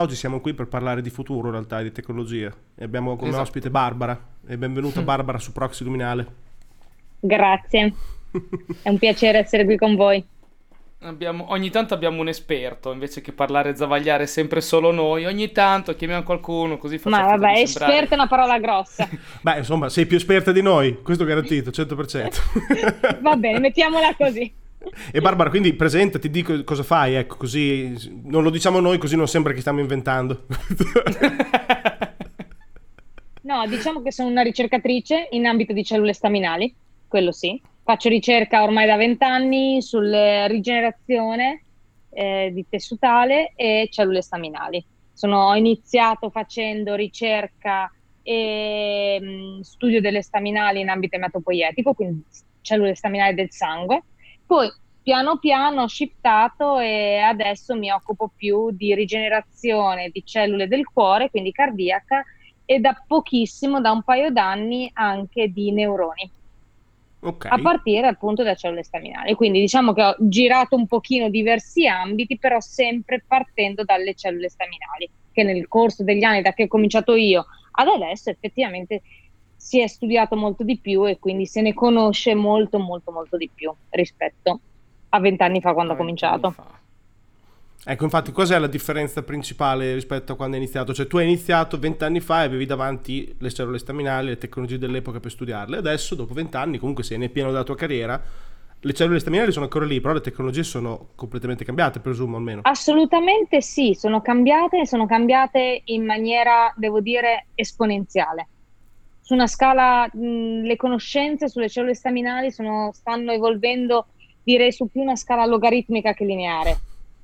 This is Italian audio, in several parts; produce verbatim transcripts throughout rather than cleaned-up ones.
Oggi siamo qui per parlare di futuro, in realtà, e di tecnologia. E abbiamo come Esatto. ospite Barbara. E benvenuta Barbara su Proxy Luminale. Grazie, è un piacere essere qui con voi. Abbiamo, ogni tanto abbiamo un esperto, invece che parlare e zavagliare sempre solo noi, ogni tanto chiamiamo qualcuno, così Ma facciamo finta vabbè, di esperta è sembrare... una parola grossa. Beh, insomma, sei più esperta di noi, questo garantito, cento per cento. Va bene, mettiamola così. E Barbara, quindi presenta, ti dico cosa fai, ecco, così non lo diciamo noi, così non sembra che stiamo inventando. No, diciamo che sono una ricercatrice in ambito di cellule staminali, quello sì. Faccio ricerca ormai da vent'anni sulla rigenerazione eh, di tessutale e cellule staminali. Sono, ho iniziato facendo ricerca e mh, studio delle staminali in ambito ematopoietico, quindi cellule staminali del sangue. Poi piano piano ho shiftato e adesso mi occupo più di rigenerazione di cellule del cuore, quindi cardiaca, e da pochissimo, da un paio d'anni, anche di neuroni. Ok. A partire appunto da cellule staminali. Quindi diciamo che ho girato un pochino diversi ambiti, però sempre partendo dalle cellule staminali, che nel corso degli anni, da che ho cominciato io ad adesso, effettivamente si è studiato molto di più e quindi se ne conosce molto molto molto di più rispetto a vent'anni fa quando ho vent'anni cominciato. fa. Ecco, infatti, cos'è la differenza principale rispetto a quando hai iniziato? Cioè, tu hai iniziato vent'anni fa e avevi davanti le cellule staminali, le tecnologie dell'epoca per studiarle. Adesso, dopo vent'anni, comunque sei nel pieno della tua carriera, le cellule staminali sono ancora lì, però le tecnologie sono completamente cambiate, presumo almeno. Assolutamente sì, sono cambiate, sono cambiate in maniera, devo dire, esponenziale. Su una scala, mh, le conoscenze sulle cellule staminali sono, stanno evolvendo, direi, su più una scala logaritmica che lineare.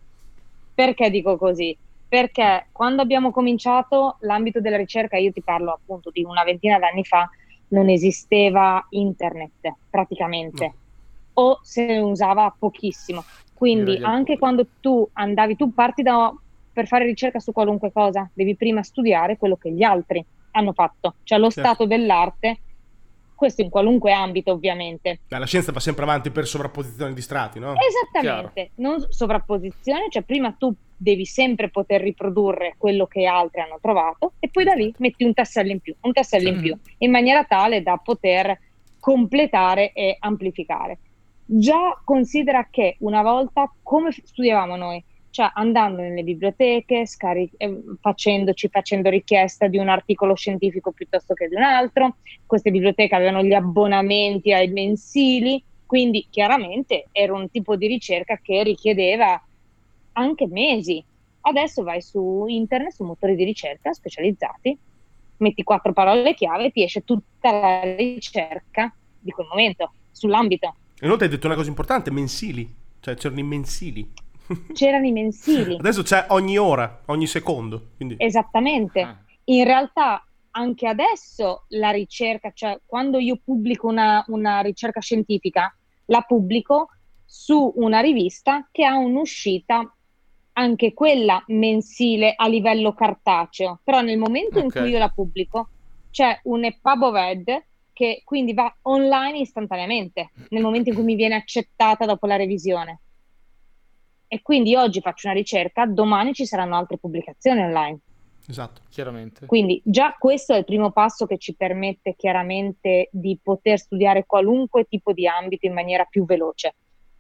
Perché dico così? Perché quando abbiamo cominciato l'ambito della ricerca, io ti parlo appunto di una ventina d'anni fa, non esisteva internet praticamente, No. o se ne usava pochissimo. Quindi Direi al anche pubblico. quando tu andavi, tu parti da, per fare ricerca su qualunque cosa, devi prima studiare quello che gli altri hanno fatto, cioè lo Certo. stato dell'arte, questo in qualunque ambito ovviamente. Beh, la scienza va sempre avanti per sovrapposizione di strati, no? Chiaro. Esattamente, non sovrapposizione, cioè prima tu devi sempre poter riprodurre quello che altri hanno trovato e poi da lì metti un tassello in più, un tassello in più, in maniera tale da poter completare e amplificare. Già considera che una volta come studiavamo noi, cioè andando nelle biblioteche, scari- eh, facendoci, facendo richiesta di un articolo scientifico piuttosto che di un altro, queste biblioteche avevano gli abbonamenti ai mensili, quindi chiaramente era un tipo di ricerca che richiedeva anche mesi. Adesso vai su internet, su motori di ricerca specializzati, metti quattro parole chiave e ti esce tutta la ricerca di quel momento, sull'ambito. E inoltre hai detto una cosa importante, mensili. Cioè, c'erano i mensili. C'erano i mensili. Adesso c'è ogni ora, ogni secondo. Quindi... Esattamente. Ah. In realtà anche adesso la ricerca, cioè quando io pubblico una, una ricerca scientifica, la pubblico su una rivista che ha un'uscita anche quella mensile a livello cartaceo, però nel momento in Ok. cui io la pubblico c'è un EPUB of Ed che quindi va online istantaneamente, nel momento in cui mi viene accettata dopo la revisione. E quindi oggi faccio una ricerca, domani ci saranno altre pubblicazioni online. Esatto. Chiaramente. Quindi già questo è il primo passo che ci permette chiaramente di poter studiare qualunque tipo di ambito in maniera più veloce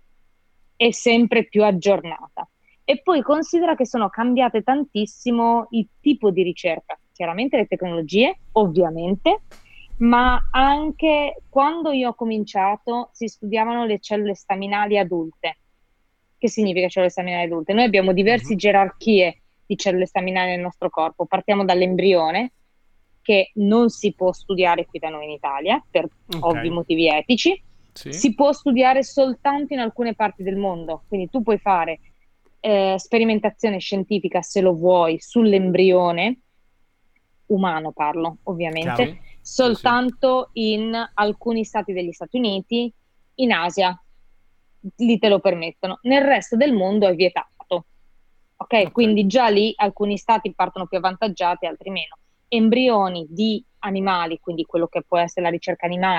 e sempre più aggiornata. E poi considera che sono cambiate tantissimo il tipo di ricerca, chiaramente le tecnologie, ovviamente, ma anche quando io ho cominciato si studiavano le cellule staminali adulte. Che significa cellule staminali adulte? Noi abbiamo diverse Mhm. gerarchie di cellule staminali nel nostro corpo. Partiamo dall'embrione, che non si può studiare qui da noi in Italia, per Ok. ovvi motivi etici. Sì. Si può studiare soltanto in alcune parti del mondo, quindi tu puoi fare eh, sperimentazione scientifica, se lo vuoi, sull'embrione, umano parlo ovviamente, Chiaro. Sì. soltanto in alcuni stati degli Stati Uniti, in Asia, lì te lo permettono. Nel resto del mondo è vietato. Ok, Ok. quindi già lì alcuni stati partono più avvantaggiati, altri meno. Embrioni di animali, quindi quello che può essere la ricerca animale,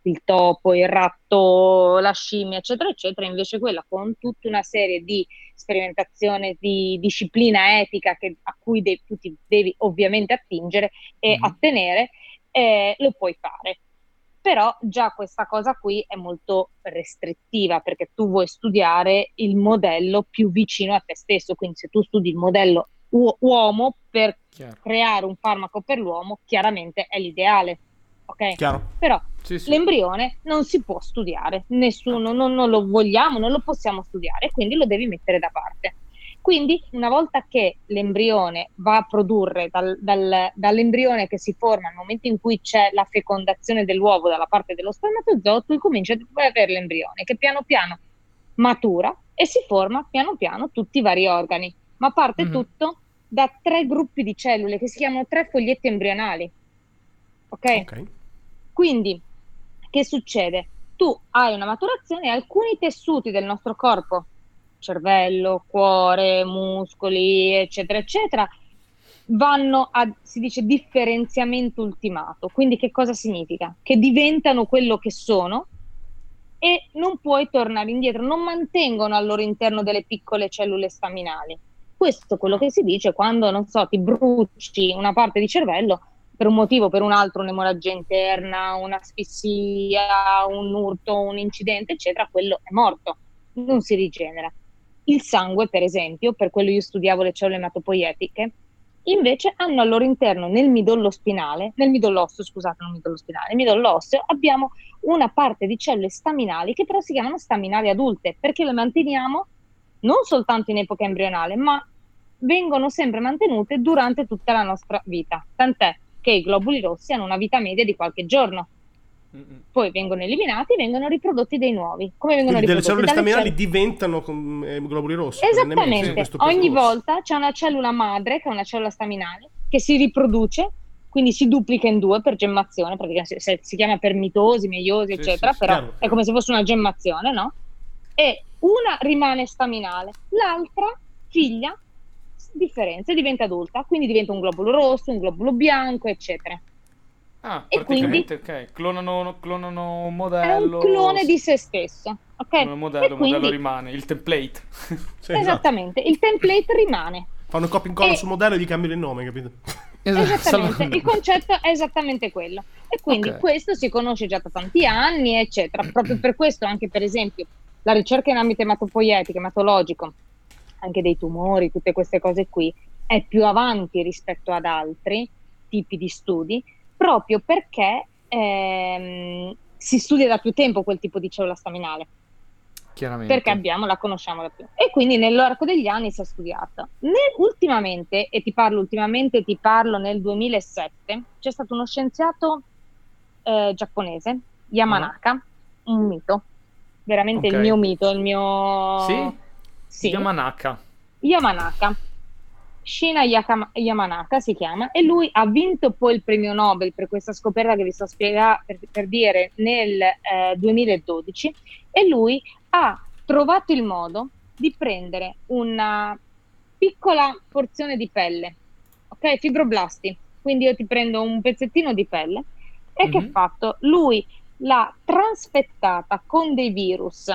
il topo, il ratto, la scimmia, eccetera, eccetera, invece quella con tutta una serie di sperimentazione, di disciplina etica che, a cui de- tu ti devi ovviamente attingere e Mhm. attenere, eh, lo puoi fare. Però già questa cosa qui è molto restrittiva, perché tu vuoi studiare il modello più vicino a te stesso, quindi se tu studi il modello u- uomo per Chiaro. creare un farmaco per l'uomo, chiaramente è l'ideale, ok? Chiaro. Però Sì, sì. l'embrione non si può studiare, nessuno, non, non lo vogliamo, non lo possiamo studiare, quindi lo devi mettere da parte. Quindi una volta che l'embrione va a produrre, dal, dal, dall'embrione che si forma al momento in cui c'è la fecondazione dell'uovo dalla parte dello spermatozoo, tu cominci ad avere l'embrione che piano piano matura e si forma piano piano tutti i vari organi, ma parte Mhm. tutto da tre gruppi di cellule che si chiamano tre foglietti embrionali. Ok? Ok. Quindi, che succede? Tu hai una maturazione e alcuni tessuti del nostro corpo, cervello, cuore, muscoli, eccetera, eccetera, vanno a, si dice, differenziamento ultimato. Quindi che cosa significa? Che diventano quello che sono e non puoi tornare indietro, non mantengono al loro interno delle piccole cellule staminali. Questo è quello che si dice quando, non so, ti bruci una parte di cervello per un motivo o per un altro, un'emorragia interna, un'asfissia, un urto, un incidente, eccetera, quello è morto, non si rigenera. Il sangue, per esempio, per quello io studiavo le cellule ematopoietiche, invece hanno al loro interno nel midollo spinale, nel midollo osseo, scusate, non midollo spinale, nel midollo osseo abbiamo una parte di cellule staminali che però si chiamano staminali adulte, perché le manteniamo non soltanto in epoca embrionale, ma vengono sempre mantenute durante tutta la nostra vita. Tant'è che i globuli rossi hanno una vita media di qualche giorno. Mm-mm. Poi vengono eliminati e vengono riprodotti dei nuovi. Come vengono Quindi delle riprodotti? cellule Dalle staminali cellule- diventano com- eh, globuli rossi, perennemente, Esattamente, questo ogni percorso. volta c'è una cellula madre, che è una cellula staminale, che si riproduce, quindi si duplica in due per gemmazione, praticamente si, si chiama per mitosi, meiosi, Sì, eccetera, sì, sì. però Chiaro. è come se fosse una gemmazione, no? E una rimane staminale, l'altra, figlia, s- differenzia, diventa adulta, quindi diventa un globulo rosso, un globulo bianco, eccetera. Ah, E quindi praticamente, ok. Clonano, clonano un è un modello. clone di se stesso, ok? Clonano un E modello, il modello quindi, rimane, il template. Sì, esatto. esattamente, il template rimane. Fanno copia e incolla E- sul modello e gli cambiano il nome, capito? Esattamente, il concetto è esattamente quello. E quindi Ok. questo si conosce già da tanti anni, eccetera. Proprio per questo, anche per esempio, la ricerca in ambito ematopoietico, ematologico, anche dei tumori, tutte queste cose qui, è più avanti rispetto ad altri tipi di studi, proprio perché ehm, si studia da più tempo quel tipo di cellula staminale. Chiaramente. Perché abbiamo, la conosciamo da più. E quindi nell'arco degli anni si è studiata. Nel, ultimamente, e ti parlo ultimamente, ti parlo nel duemilasette, c'è stato uno scienziato eh, giapponese, Yamanaka, un mito, veramente Ok. il mio mito, il mio... Sì? Sì, Yamanaka. Yamanaka. Shina Yakama- Yamanaka si chiama, e lui ha vinto poi il premio Nobel per questa scoperta che vi sto spiegando per, per dire nel eh, duemiladodici, e lui ha trovato il modo di prendere una piccola porzione di pelle, ok? Fibroblasti, quindi io ti prendo un pezzettino di pelle e che ha Mhm. fatto? Lui l'ha trasfettata con dei virus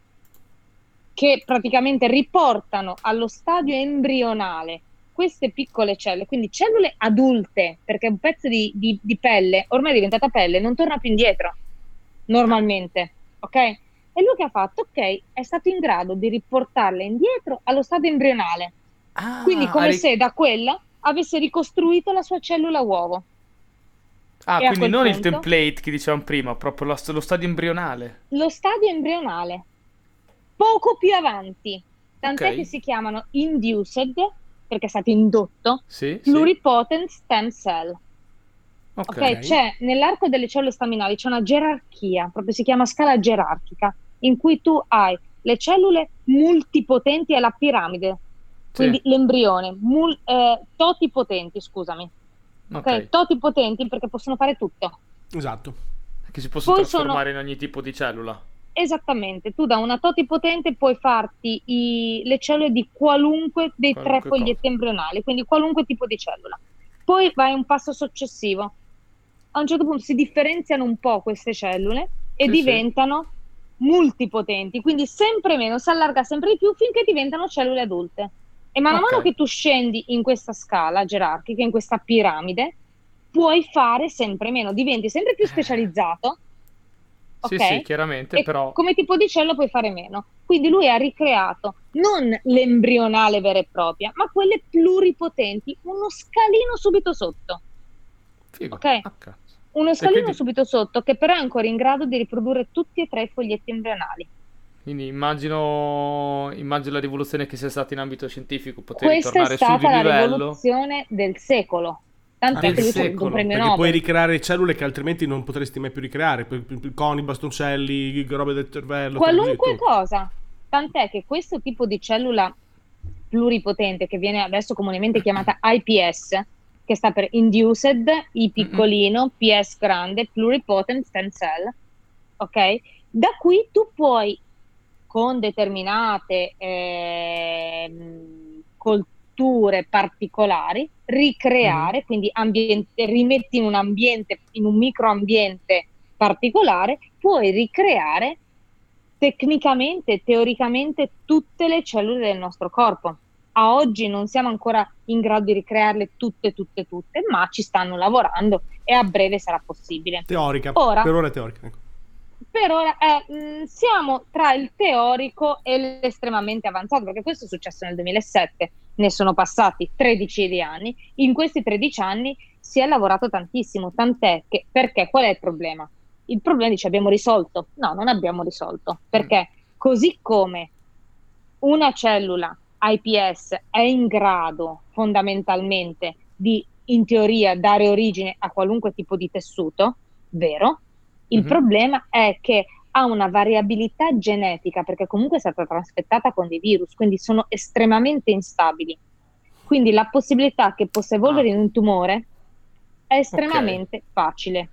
che praticamente riportano allo stadio embrionale queste piccole cellule, quindi cellule adulte, perché un pezzo di, di, di pelle ormai è diventata pelle, non torna più indietro normalmente, ok? E lui che ha fatto? Ok, è stato in grado di riportarle indietro allo stadio embrionale, Ah, quindi ha come ri- se da quella avesse ricostruito la sua cellula uovo. ah, E a quindi quel non il punto template che dicevamo prima, proprio lo, lo stadio embrionale. lo stadio embrionale, poco più avanti, tant'è Ok. che si chiamano induced, perché è stato indotto, Sì, sì. pluripotent stem cell. Ok. Ok, Ok. c'è nell'arco delle cellule staminali c'è una gerarchia, proprio si chiama scala gerarchica, in cui tu hai le cellule multipotenti, è la piramide, quindi Sì. l'embrione, mul- eh, totipotenti, scusami, ok, Ok. totipotenti perché possono fare tutto. Esatto. Che si possono Poi sono trasformare in ogni tipo di cellula. esattamente, tu da una totipotente puoi farti i- le cellule di qualunque dei tre Qualunque cosa. foglietti embrionali, quindi qualunque tipo di cellula. Poi vai a un passo successivo. A un certo punto si differenziano un po' queste cellule e Sì, diventano multipotenti, quindi sempre meno, si allarga sempre di più finché diventano cellule adulte. E man Ok. mano che tu scendi in questa scala gerarchica, in questa piramide, puoi fare sempre meno, diventi sempre più specializzato, Sì, ok? sì, chiaramente, E però... come tipo di cellula puoi fare meno. Quindi lui ha ricreato non l'embrionale vera e propria, ma quelle pluripotenti, uno scalino subito sotto, Figo. ok? Ah, cazzo. Uno E scalino quindi, subito sotto, che però è ancora in grado di riprodurre tutti e tre i foglietti embrionali. quindi immagino, immagino la rivoluzione che sia stata in ambito scientifico, poter Questa è ritornare sul stata la livello rivoluzione del secolo, tant'è del che lui ci ha vinto un secolo. premio Perché puoi Nobel. ricreare cellule che altrimenti non potresti mai più ricreare, per- per- per coni, bastoncelli, robe del cervello, cose così, Qualunque tutto. cosa, tant'è che questo tipo di cellula pluripotente, che viene adesso comunemente chiamata I P S, che sta per Induced, I piccolino, P S grande, Pluripotent Stem Cell, ok? Da qui tu puoi, con determinate ehm, colture particolari, ricreare, quindi ambiente, rimetti in un ambiente, in un microambiente particolare, puoi ricreare tecnicamente, teoricamente, tutte le cellule del nostro corpo. A oggi non siamo ancora in grado di ricrearle tutte, tutte, tutte, ma ci stanno lavorando e a breve sarà possibile. Teorica, Ora, per ora è teorica. Ecco. per ora eh, mh, siamo tra il teorico e l'estremamente avanzato, perché questo è successo nel duemilasette, ne sono passati tredici di anni, in questi tredici anni si è lavorato tantissimo, tant'è che, perché qual è il problema? Il problema dice abbiamo risolto, no, non abbiamo risolto, perché così come una cellula I P S è in grado fondamentalmente di, in teoria, dare origine a qualunque tipo di tessuto, vero? Il Mhm. problema è che ha una variabilità genetica, perché comunque è stata trasfettata con dei virus, quindi sono estremamente instabili. Quindi la possibilità che possa evolvere Ah. in un tumore è estremamente facile.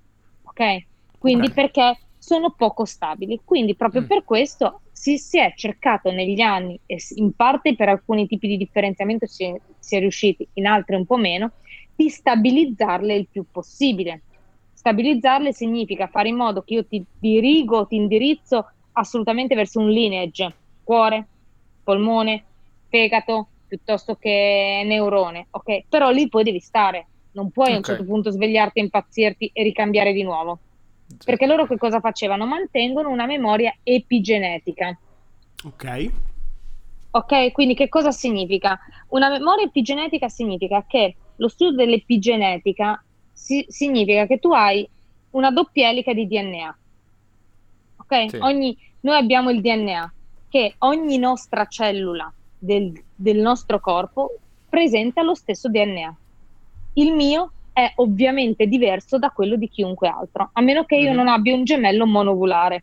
Ok? Quindi Ok. perché sono poco stabili. Quindi proprio Mm. per questo si, si è cercato negli anni, e s- in parte per alcuni tipi di differenziamento si è, si è riusciti, in altri un po' meno, di stabilizzarle il più possibile. Stabilizzarle significa fare in modo che io ti dirigo, ti indirizzo assolutamente verso un lineage, cuore, polmone, fegato, piuttosto che neurone, ok? Però lì poi devi stare, non puoi a un Ok. certo punto svegliarti, impazzirti e ricambiare di nuovo. Perché loro che cosa facevano? Mantengono una memoria epigenetica. Ok. Ok, quindi che cosa significa? Una memoria epigenetica significa che lo studio dell'epigenetica si- significa che tu hai una doppia elica di D N A. Ok? Sì. Ogni, noi abbiamo il D N A, che ogni nostra cellula del, del nostro corpo presenta lo stesso D N A. Il mio è ovviamente diverso da quello di chiunque altro, a meno che io Mhm. non abbia un gemello monovulare.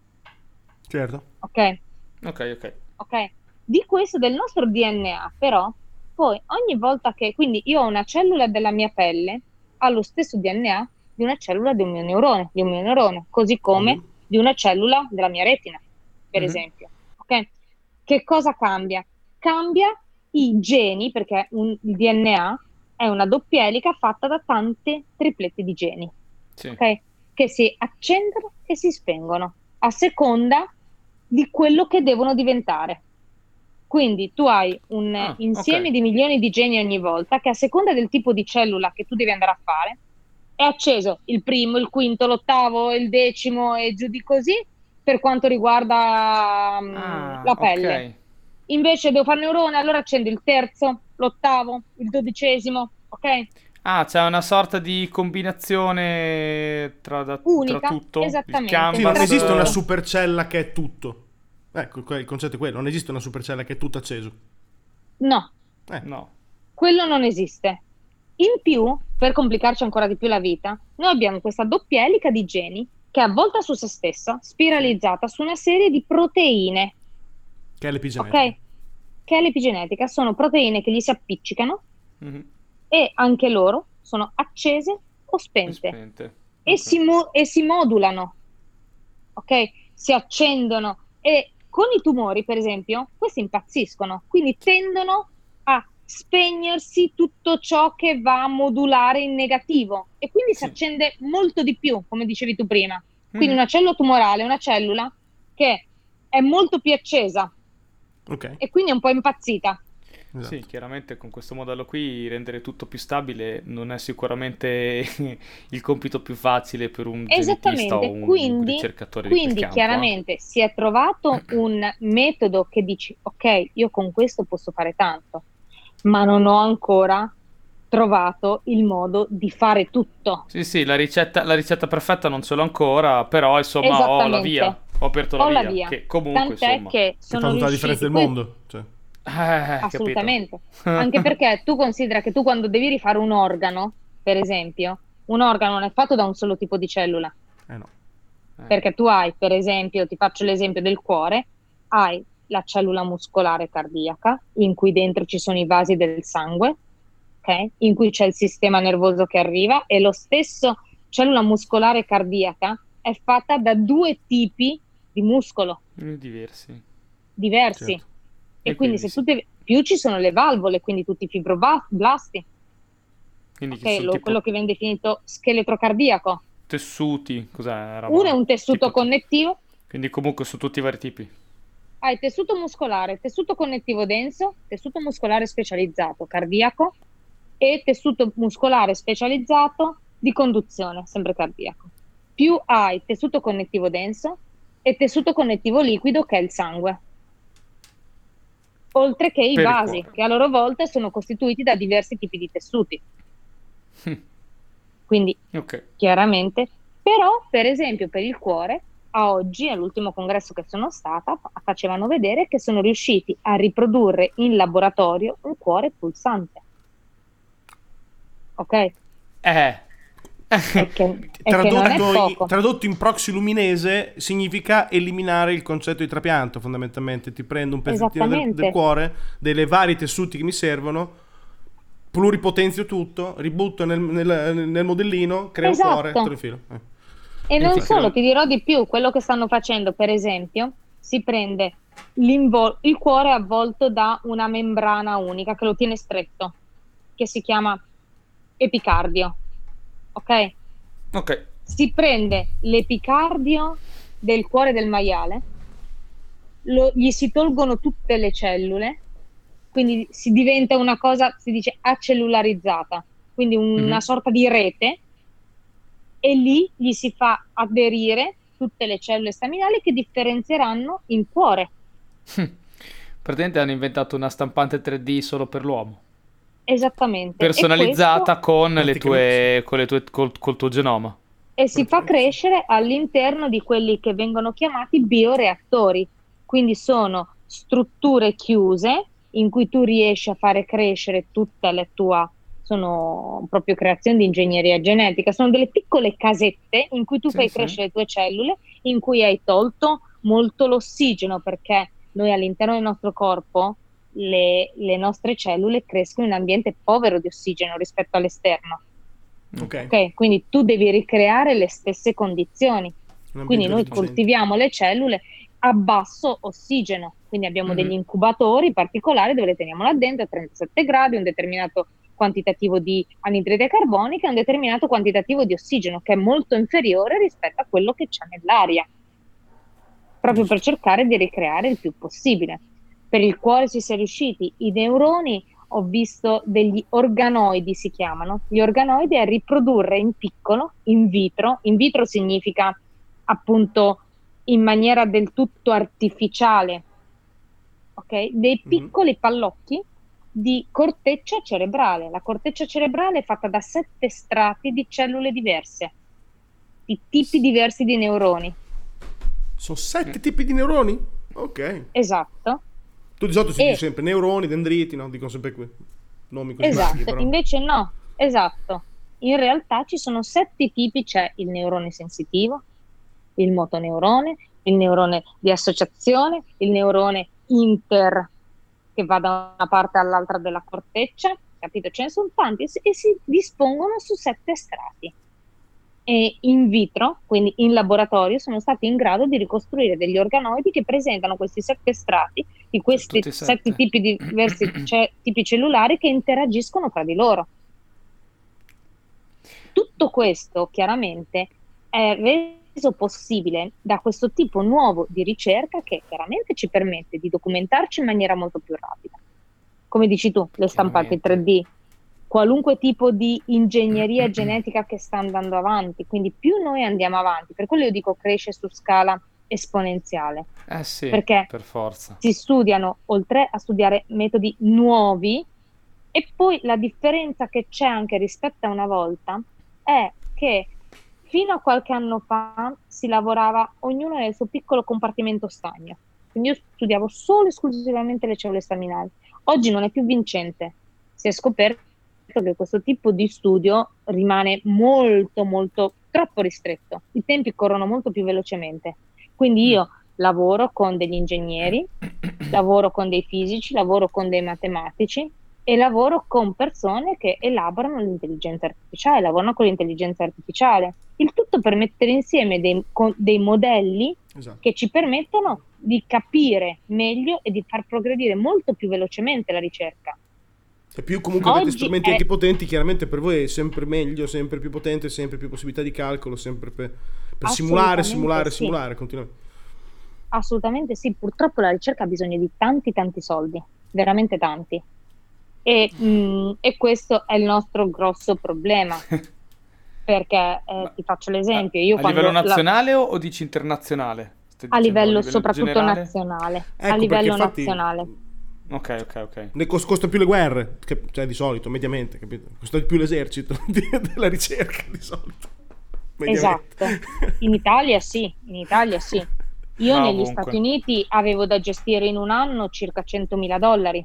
Certo. Ok? Ok, ok. Ok? Di questo del nostro D N A, però, poi ogni volta che, quindi io ho una cellula della mia pelle, ha lo stesso D N A di una cellula di un mio neurone, di un mio neurone, così come Ovvio. di una cellula della mia retina, per Mhm. esempio. Ok? Che cosa cambia? Cambia i geni, perché un, il D N A è una doppia elica fatta da tante triplette di geni, Sì. ok? Che si accendono e si spengono a seconda di quello che devono diventare. Quindi tu hai un Ah, insieme ok. di milioni di geni ogni volta che a seconda del tipo di cellula che tu devi andare a fare è acceso il primo, il quinto, l'ottavo, il decimo e giù di così per quanto riguarda um, Ah, la pelle. ok. Invece devo fare neurone, allora accendo il terzo, l'ottavo, il dodicesimo, ok? Ah, c'è una sorta di combinazione tra, da- tra Unica, tutto? Il esattamente. Sì, non Tra canvas... esiste una tutto. supercella che è tutto. Ecco, que- il concetto è quello, non esiste una supercella che è tutto acceso. No, Eh, No. quello non esiste. In più, per complicarci ancora di più la vita, noi abbiamo questa doppia elica di geni che è avvolta su se stessa, spiralizzata su una serie di proteine, che è l'epigenetica. ok? Che è l'epigenetica, sono proteine che gli si appiccicano Mhm. e anche loro sono accese o spente Spente. e, Ok. si mo- e si modulano, ok? Si accendono e con i tumori, per esempio, questi impazziscono, quindi tendono a spegnersi tutto ciò che va a modulare in negativo e quindi si Sì. accende molto di più, come dicevi tu prima. Quindi una cellula tumorale è una cellula che è molto più accesa, Ok. e quindi è un po' impazzita. Esatto. Sì, chiaramente con questo modello qui rendere tutto più stabile non è sicuramente il compito più facile per un genetista o Esattamente, un quindi, ricercatore di quel quindi campo. eh. chiaramente si è trovato un metodo che dici, ok, io con questo posso fare tanto, ma non ho ancora trovato il modo di fare tutto. Sì, sì, la ricetta, la ricetta perfetta non ce l'ho ancora, però insomma ho la via, Esattamente. ho aperto la Ho la via, via. che comunque Tant'è insomma... che Che sono fa tutta la riusciti, differenza del que- mondo. Cioè. Eh, assolutamente, capito. anche perché tu considera che tu quando devi rifare un organo, per esempio, un organo non è fatto da un solo tipo di cellula, Eh no. Eh, perché tu hai, per esempio, ti faccio l'esempio del cuore, hai la cellula muscolare cardiaca, in cui dentro ci sono i vasi del sangue, ok? In cui c'è il sistema nervoso che arriva, e lo stesso cellula muscolare cardiaca è fatta da due tipi di muscolo diversi. diversi. Certo. E, E quindi, quindi se sì. tu devi, più ci sono le valvole, quindi tutti i fibroblasti, Quindi che ok? sono Lo- tipo quello che viene definito scheletro cardiaco. tessuti, cos'è? Roba? Uno è un tessuto Tipo- connettivo, Quindi comunque su tutti i vari tipi. hai tessuto muscolare, tessuto connettivo denso, tessuto muscolare specializzato cardiaco e tessuto muscolare specializzato di conduzione, sempre cardiaco. Più hai tessuto connettivo denso e tessuto connettivo liquido, che è il sangue. Oltre che i Per il vasi, cuore. che a loro volta sono costituiti da diversi tipi di tessuti. Hm, Quindi, ok. chiaramente, però, per esempio, per il cuore, a oggi, all'ultimo congresso che sono stata, fa- facevano vedere che sono riusciti a riprodurre in laboratorio un cuore pulsante. Ok? Eh. E che, e che non è Tradotto, in, poco. tradotto in proxy luminese significa eliminare il concetto di trapianto, fondamentalmente. Ti prendo un pezzettino del, Esattamente. del cuore, delle vari tessuti che mi servono, pluripotenzio tutto, ributto nel, nel- nel modellino, creo il cuore, Esatto. te lo infilo. Eh. E non ti solo, creo- ti dirò di più, quello che stanno facendo, per esempio, si prende l'invol- il cuore avvolto da una membrana unica che lo tiene stretto, che si chiama epicardio, ok? Ok. Si prende l'epicardio del cuore del maiale, lo- gli si tolgono tutte le cellule, quindi si diventa una cosa, si dice acellularizzata, quindi una Mhm. sorta di rete, e lì gli si fa aderire tutte le cellule staminali che differenzieranno in cuore. Praticamente hanno inventato una stampante tre D solo per l'uomo. Esattamente. Personalizzata E questo- con le Praticamente tue, con le tue, col, col tuo genoma. e si fa crescere all'interno di quelli che vengono chiamati bioreattori, quindi sono strutture chiuse in cui tu riesci a fare crescere tutta la tua, sono proprio creazioni di ingegneria genetica, sono delle piccole casette in cui tu Sì, fai sì. crescere le tue cellule, in cui hai tolto molto l'ossigeno, perché noi all'interno del nostro corpo le, le nostre cellule crescono in un ambiente povero di ossigeno rispetto all'esterno. Ok. Ok, quindi tu devi ricreare le stesse condizioni. Un Quindi ambiente noi efficiente. coltiviamo le cellule a basso ossigeno, quindi abbiamo Mhm. degli incubatori particolari dove le teniamo là dentro a trentasette gradi, un determinato quantitativo di anidride carbonica e un determinato quantitativo di ossigeno che è molto inferiore rispetto a quello che c'è nell'aria, proprio per cercare di ricreare il più possibile. Per il cuore ci si è riusciti, i neuroni ho visto degli organoidi, si chiamano. Gli organoidi è riprodurre in piccolo, in vitro. In vitro significa appunto in maniera del tutto artificiale, ok? Dei Mhm. piccoli pallocchi di corteccia cerebrale. La corteccia cerebrale è fatta da sette strati di cellule diverse, di tipi diversi di neuroni. Sono sette tipi di neuroni? Ok. Esatto. Tu di solito si E- dice sempre neuroni, dendriti, no? Dicono sempre que- nomi così vaghi, Esatto, però. invece no, esatto. In realtà ci sono sette tipi, c'è il neurone sensitivo, il motoneurone, il neurone di associazione, il neurone inter, che va da una parte all'altra della corteccia, capito? Ce ne sono tanti e si, e si dispongono su sette strati. E in vitro, quindi in laboratorio, sono stati in grado di ricostruire degli organoidi che presentano questi sette strati di questi tutti e sette sette. tipi di diversi ce- tipi cellulari che interagiscono tra di loro. Tutto questo chiaramente è reso possibile da questo tipo nuovo di ricerca che chiaramente ci permette di documentarci in maniera molto più rapida. Come dici tu, le stampate tre D, qualunque tipo di ingegneria genetica che sta andando avanti, quindi più noi andiamo avanti, per quello io dico cresce su scala esponenziale. Eh sì, perché per forza. si studiano, oltre a studiare metodi nuovi, e poi la differenza che c'è anche rispetto a una volta è che fino a qualche anno fa si lavorava ognuno nel suo piccolo compartimento stagno, quindi io studiavo solo e esclusivamente le cellule staminali. Oggi non è più vincente, si è scoperto che questo tipo di studio rimane molto molto troppo ristretto, i tempi corrono molto più velocemente, quindi io lavoro con degli ingegneri, lavoro con dei fisici, lavoro con dei matematici e lavoro con persone che elaborano l'intelligenza artificiale, lavorano con l'intelligenza artificiale, il tutto per mettere insieme dei, dei modelli esatto. che ci permettono di capire meglio e di far progredire molto più velocemente la ricerca. E più comunque avete strumenti è... anche potenti, chiaramente per voi è sempre meglio, sempre più potente, sempre più possibilità di calcolo, sempre per, per simulare, simulare, sì. simulare continuamente. Assolutamente sì, purtroppo la ricerca ha bisogno di tanti tanti soldi, veramente tanti. E, mh, e questo è il nostro grosso problema. Perché eh, ti faccio l'esempio. Io a quando livello nazionale la... o dici internazionale? A livello, a livello soprattutto generale? nazionale. Ecco, a livello infatti... nazionale. Ok, ok, ok. Ne costa più le guerre, che, cioè di solito, mediamente, capito? Costa di più l'esercito della ricerca di solito. Esatto. In Italia sì, in Italia sì. Io no, negli ovunque. Stati Uniti avevo da gestire in un anno circa centomila dollari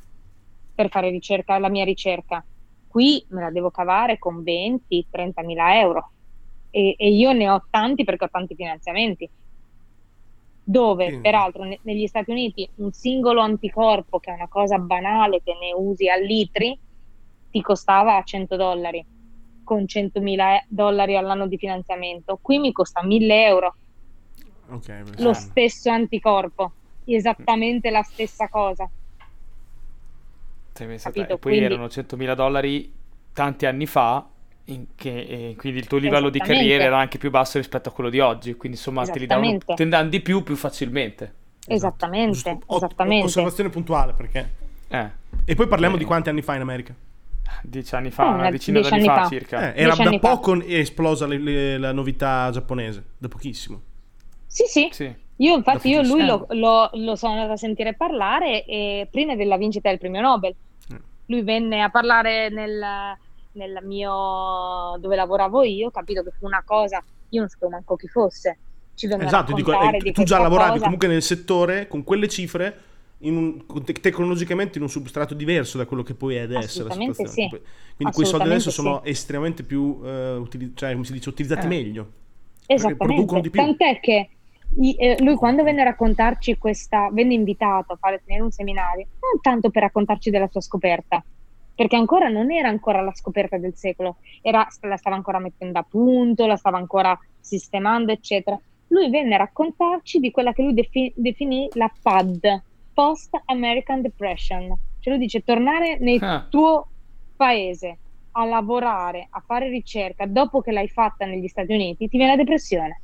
per fare ricerca, la mia ricerca. Qui me la devo cavare con venti trentamila euro e, e io ne ho tanti perché ho tanti finanziamenti. Dove, sì. peraltro, ne, negli Stati Uniti un singolo anticorpo, che è una cosa banale, che ne usi a litri, ti costava cento dollari, con centomila dollari all'anno di finanziamento. Qui mi costa mille euro. Okay, lo stesso anticorpo, esattamente la stessa cosa. Capito? E poi quindi... erano centomila dollari tanti anni fa, in che, eh, quindi il tuo livello di carriera era anche più basso rispetto a quello di oggi, quindi insomma te li davano, te ne danno di più più facilmente. Esattamente, esatto. esattamente. Osservazione puntuale, perché eh. E poi parliamo eh. di quanti anni fa in America? Dieci anni fa, eh, una decina d'anni fa, fa circa. Eh, era da poco è esplosa le, le, la novità giapponese, da pochissimo. Sì, sì. sì. Io infatti io lui lo, lo, lo sono andata a sentire parlare e prima della vincita del premio Nobel. Mm. Lui venne a parlare nel, nel mio dove lavoravo io, capito che fu una cosa, io non sapevo manco chi fosse. Ci venne esatto, a dico, raccontare eh, di tu già lavoravi cosa. comunque nel settore con quelle cifre, in un, te- tecnologicamente in un substrato diverso da quello che poi è adesso la situazione. Sì. Quindi quei soldi adesso sì. sono estremamente più uh, utili- cioè come si dice utilizzati eh. meglio. Esattamente, di più. Tant'è che lui quando venne a raccontarci questa, venne invitato a fare tenere un seminario, non tanto per raccontarci della sua scoperta, perché ancora non era ancora la scoperta del secolo, era, la stava ancora mettendo a punto, la stava ancora sistemando, eccetera. Lui venne a raccontarci di quella che lui defi- definì la P A D, Post American Depression, cioè lui dice tornare nel ah. tuo paese a lavorare, a fare ricerca dopo che l'hai fatta negli Stati Uniti, ti viene la depressione.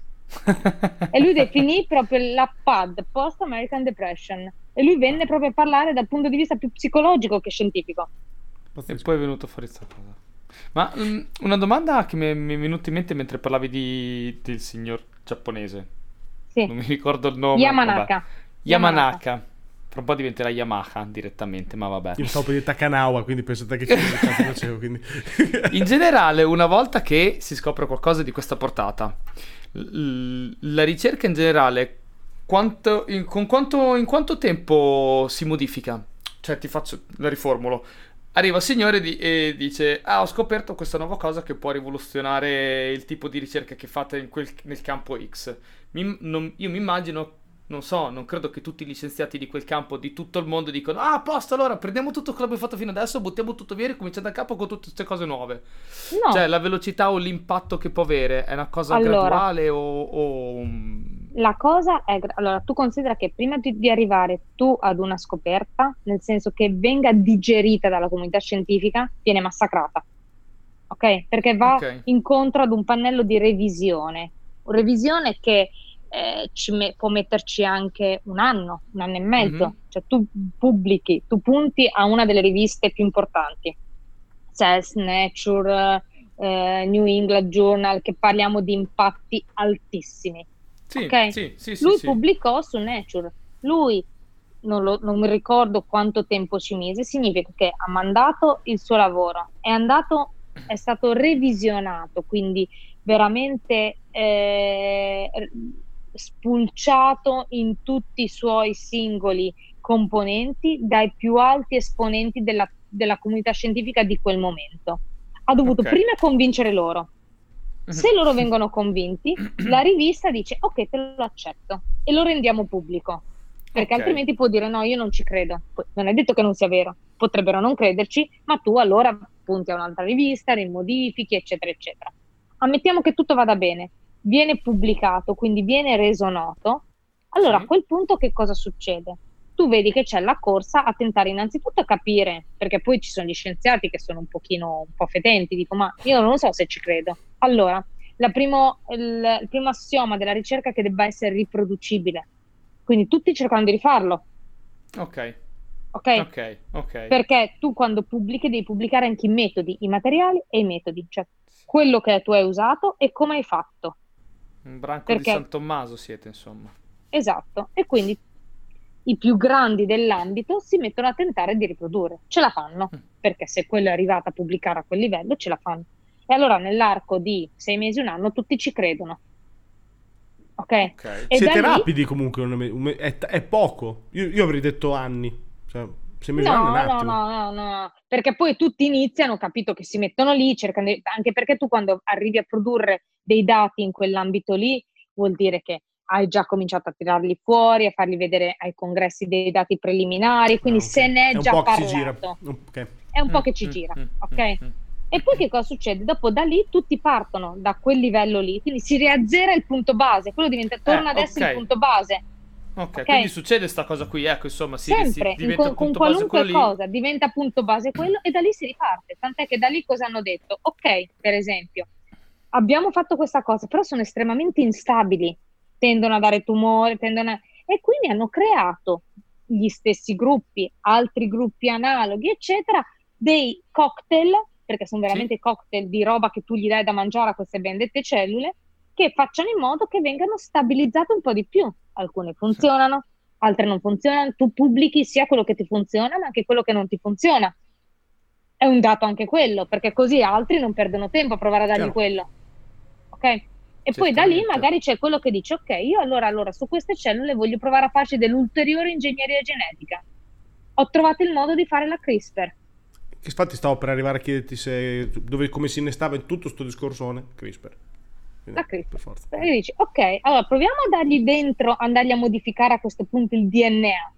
E lui definì proprio la P A D, Post American Depression, e lui venne proprio a parlare dal punto di vista più psicologico che scientifico. E poi è venuto fuori questa cosa. Ma um, una domanda che mi, mi è venuta in mente mentre parlavi di, del signor giapponese, sì. non mi ricordo il nome. Yamanaka. Yamanaka. Yamanaka. Tra un po' diventerà Yamaha direttamente, ma vabbè. Io stavo per dire Takanawa, quindi pensate che ci facevo, quindi. In generale, una volta che si scopre qualcosa di questa portata, l- la ricerca in generale, quanto, in, con quanto, in quanto tempo si modifica? Cioè, ti faccio, la riformulo. Arriva il signore di, e dice: ah, ho scoperto questa nuova cosa che può rivoluzionare il tipo di ricerca che fate in quel, nel campo X. Mi, non, io mi immagino, non so, non credo che tutti gli scienziati di quel campo, di tutto il mondo, dicono: ah, a posto, allora prendiamo tutto quello che abbiamo fatto fino adesso, buttiamo tutto via e ricominciamo da capo con tutte queste cose nuove. No. Cioè, la velocità o l'impatto che può avere è una cosa allora, graduale o... o... La cosa è... Allora, tu considera che prima di, di arrivare tu ad una scoperta, nel senso che venga digerita dalla comunità scientifica, viene massacrata. Ok? Perché va okay. incontro ad un pannello di revisione. revisione che eh, ci me- può metterci anche un anno, un anno e mezzo. Mhm. Cioè tu pubblichi, tu punti a una delle riviste più importanti, Cells, Nature, eh, New England Journal, che parliamo di impatti altissimi. Sì, Ok? sì, sì, sì, Lui sì. pubblicò su Nature, lui non, lo- non mi ricordo quanto tempo ci mise, significa che ha mandato il suo lavoro, è andato, è stato revisionato, quindi veramente eh, spulciato in tutti i suoi singoli componenti dai più alti esponenti della, della comunità scientifica di quel momento. Ha dovuto Ok. prima convincere loro. Se Mhm. loro vengono convinti, la rivista dice ok, te lo accetto e lo rendiamo pubblico, perché Ok. altrimenti può dire no, io non ci credo. Poi, non è detto che non sia vero, potrebbero non crederci, ma tu allora punti a un'altra rivista, rimodifichi, eccetera, eccetera. Ammettiamo che tutto vada bene, viene pubblicato, quindi viene reso noto, allora Sì. a quel punto che cosa succede? Tu vedi che c'è la corsa a tentare innanzitutto a capire, perché poi ci sono gli scienziati che sono un pochino un po' fetenti, dico ma io non lo so se ci credo. Allora, la primo, il, il primo assioma della ricerca è che debba essere riproducibile, quindi tutti cercano di rifarlo, Ok. ok? Ok. Ok. Perché tu quando pubblichi devi pubblicare anche i metodi, i materiali e i metodi, cioè quello che tu hai usato e come hai fatto. Un branco di Perché San Tommaso siete, insomma. esatto, e quindi i più grandi dell'ambito si mettono a tentare di riprodurre, ce la fanno, Mm. perché se quello è arrivato a pubblicare a quel livello, ce la fanno. E allora nell'arco di sei mesi, un anno, tutti ci credono, ok? Ok. E da Siete lì, rapidi comunque, un me- un me- è, è poco. Io, io avrei detto anni. Cioè, se mi un no, anno è un no, attimo. no, no, no, perché poi tutti iniziano, capito, che si mettono lì, cercano di- anche perché tu quando arrivi a produrre dei dati in quell'ambito lì, vuol dire che hai già cominciato a tirarli fuori, a farli vedere ai congressi dei dati preliminari, Ah, quindi ok. se ne È è un già po' che si gira. parlato. Ok. È un po' Mm, che ci mm, gira, mm, ok? mm, mm. E poi che cosa succede? Dopo da lì tutti partono da quel livello lì, quindi si riazzera il punto base, quello diventa, Eh, torna ad essere il ok. punto base, Ok, quindi ok? succede sta cosa qui, ecco, insomma, si, si Sempre, in diventa co- il con punto base quello qualunque lì. cosa diventa punto base quello e da lì si riparte. Tant'è che da lì cosa hanno detto? Ok, per esempio, abbiamo fatto questa cosa, però sono estremamente instabili, tendono a dare tumore, tendono a... e quindi hanno creato gli stessi gruppi, altri gruppi analoghi, eccetera, dei cocktail, perché sono Sì? veramente cocktail di roba che tu gli dai da mangiare a queste benedette cellule, che facciano in modo che vengano stabilizzate un po' di più. Alcune Sì. funzionano, altre non funzionano, tu pubblichi sia quello che ti funziona, ma anche quello che non ti funziona. È un dato anche quello, perché così altri non perdono tempo a provare a dargli Chiaro. quello. Ok? E poi da lì Certamente. magari c'è quello che dice, ok, io allora, allora su queste cellule voglio provare a farci dell'ulteriore ingegneria genetica. Ho trovato il modo di fare la CRISPR. Che infatti stavo per arrivare a chiederti se, dove, come si innestava in tutto sto discorsone CRISPR. Quindi, La CRISPR. per forza. E dici, ok, allora proviamo a dargli dentro, andargli a modificare a questo punto il D N A.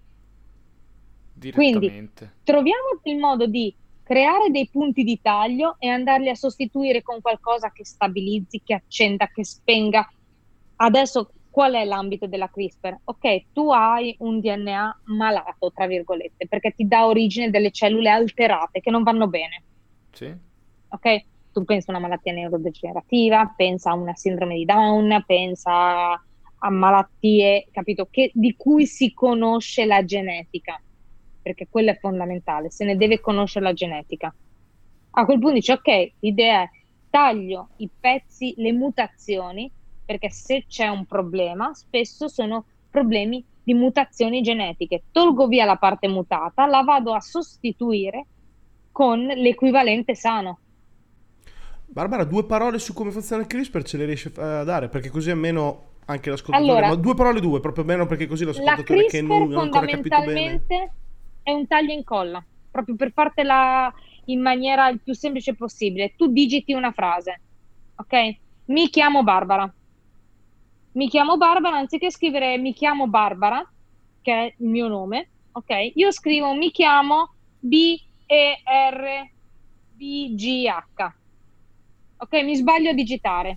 Quindi Direttamente. troviamo il modo di creare dei punti di taglio e andarli a sostituire con qualcosa che stabilizzi, che accenda, che spenga. Adesso qual è l'ambito della CRISPR? Ok, tu hai un D N A malato, tra virgolette, perché ti dà origine delle cellule alterate che non vanno bene. Sì? Ok? Tu pensa a una malattia neurodegenerativa, pensa a una sindrome di Down, pensa a malattie, capito, che, di cui si conosce la genetica, perché quello è fondamentale, se ne deve conoscere la genetica. A quel punto dici, ok, l'idea è taglio i pezzi, le mutazioni, perché se c'è un problema, spesso sono problemi di mutazioni genetiche. Tolgo via la parte mutata, la vado a sostituire con l'equivalente sano. Barbara, due parole su come funziona il CRISPR ce le riesci a dare? Perché così almeno anche l'ascoltatore... Allora, ma due parole due, proprio meno perché così la l'ascoltatore che non CRISPR non ha ancora capito bene... fondamentalmente è un taglio e incolla, proprio per fartela in maniera il più semplice possibile. Tu digiti una frase, ok? Mi chiamo Barbara. Mi chiamo Barbara, anziché scrivere mi chiamo Barbara, che è il mio nome, ok? Io scrivo mi chiamo B E R B G H. Ok, mi sbaglio a digitare.